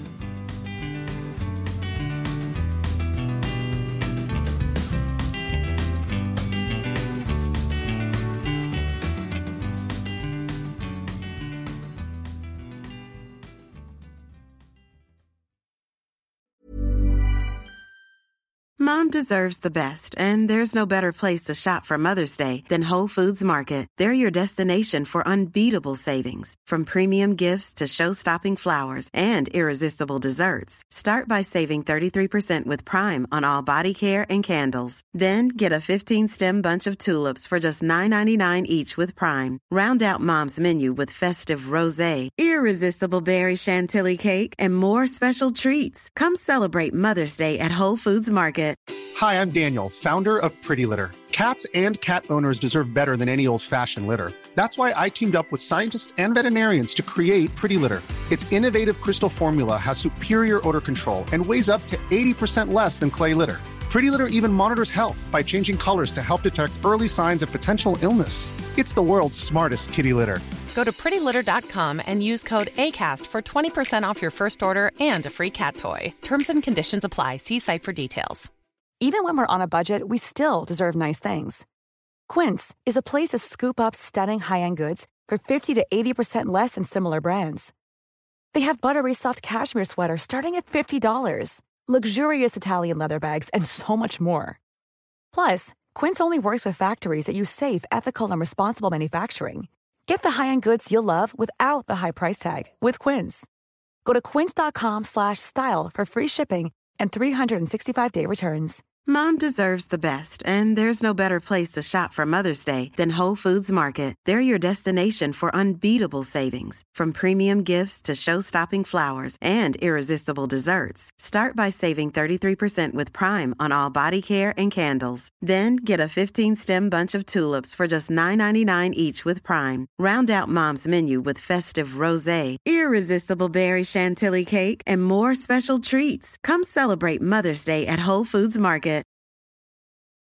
Mom deserves the best, and there's no better place to shop for Mother's Day than Whole Foods Market. They're your destination for unbeatable savings, from premium gifts to show-stopping flowers and irresistible desserts. Start by saving thirty-three percent with Prime on all body care and candles. Then get a fifteen-stem bunch of tulips for just nine ninety-nine each with Prime. Round out Mom's menu with festive rosé, irresistible berry chantilly cake, and more special treats. Come celebrate Mother's Day at Whole Foods Market. Hi, I'm Daniel, founder of Pretty Litter. Cats and cat owners deserve better than any old-fashioned litter. That's why I teamed up with scientists and veterinarians to create Pretty Litter. Its innovative crystal formula has superior odor control and weighs up to eighty percent less than clay litter. Pretty Litter even monitors health by changing colors to help detect early signs of potential illness. It's the world's smartest kitty litter. Go to pretty litter dot com and use code ACAST for twenty percent off your first order and a free cat toy. Terms and conditions apply. See site for details. Even when we're on a budget, we still deserve nice things. Quince is a place to scoop up stunning high-end goods for fifty to eighty percent less than similar brands. They have buttery soft cashmere sweaters starting at fifty dollars, luxurious Italian leather bags, and so much more. Plus, Quince only works with factories that use safe, ethical, and responsible manufacturing. Get the high-end goods you'll love without the high price tag with Quince. Go to quince dot com slash style for free shipping and three sixty-five day returns. Mom deserves the best, and there's no better place to shop for Mother's Day than Whole Foods Market. They're your destination for unbeatable savings, from premium gifts to show-stopping flowers and irresistible desserts. Start by saving thirty-three percent with Prime on all body care and candles. Then get a fifteen-stem bunch of tulips for just nine ninety-nine each with Prime. Round out Mom's menu with festive rosé, irresistible berry chantilly cake, and more special treats. Come celebrate Mother's Day at Whole Foods Market.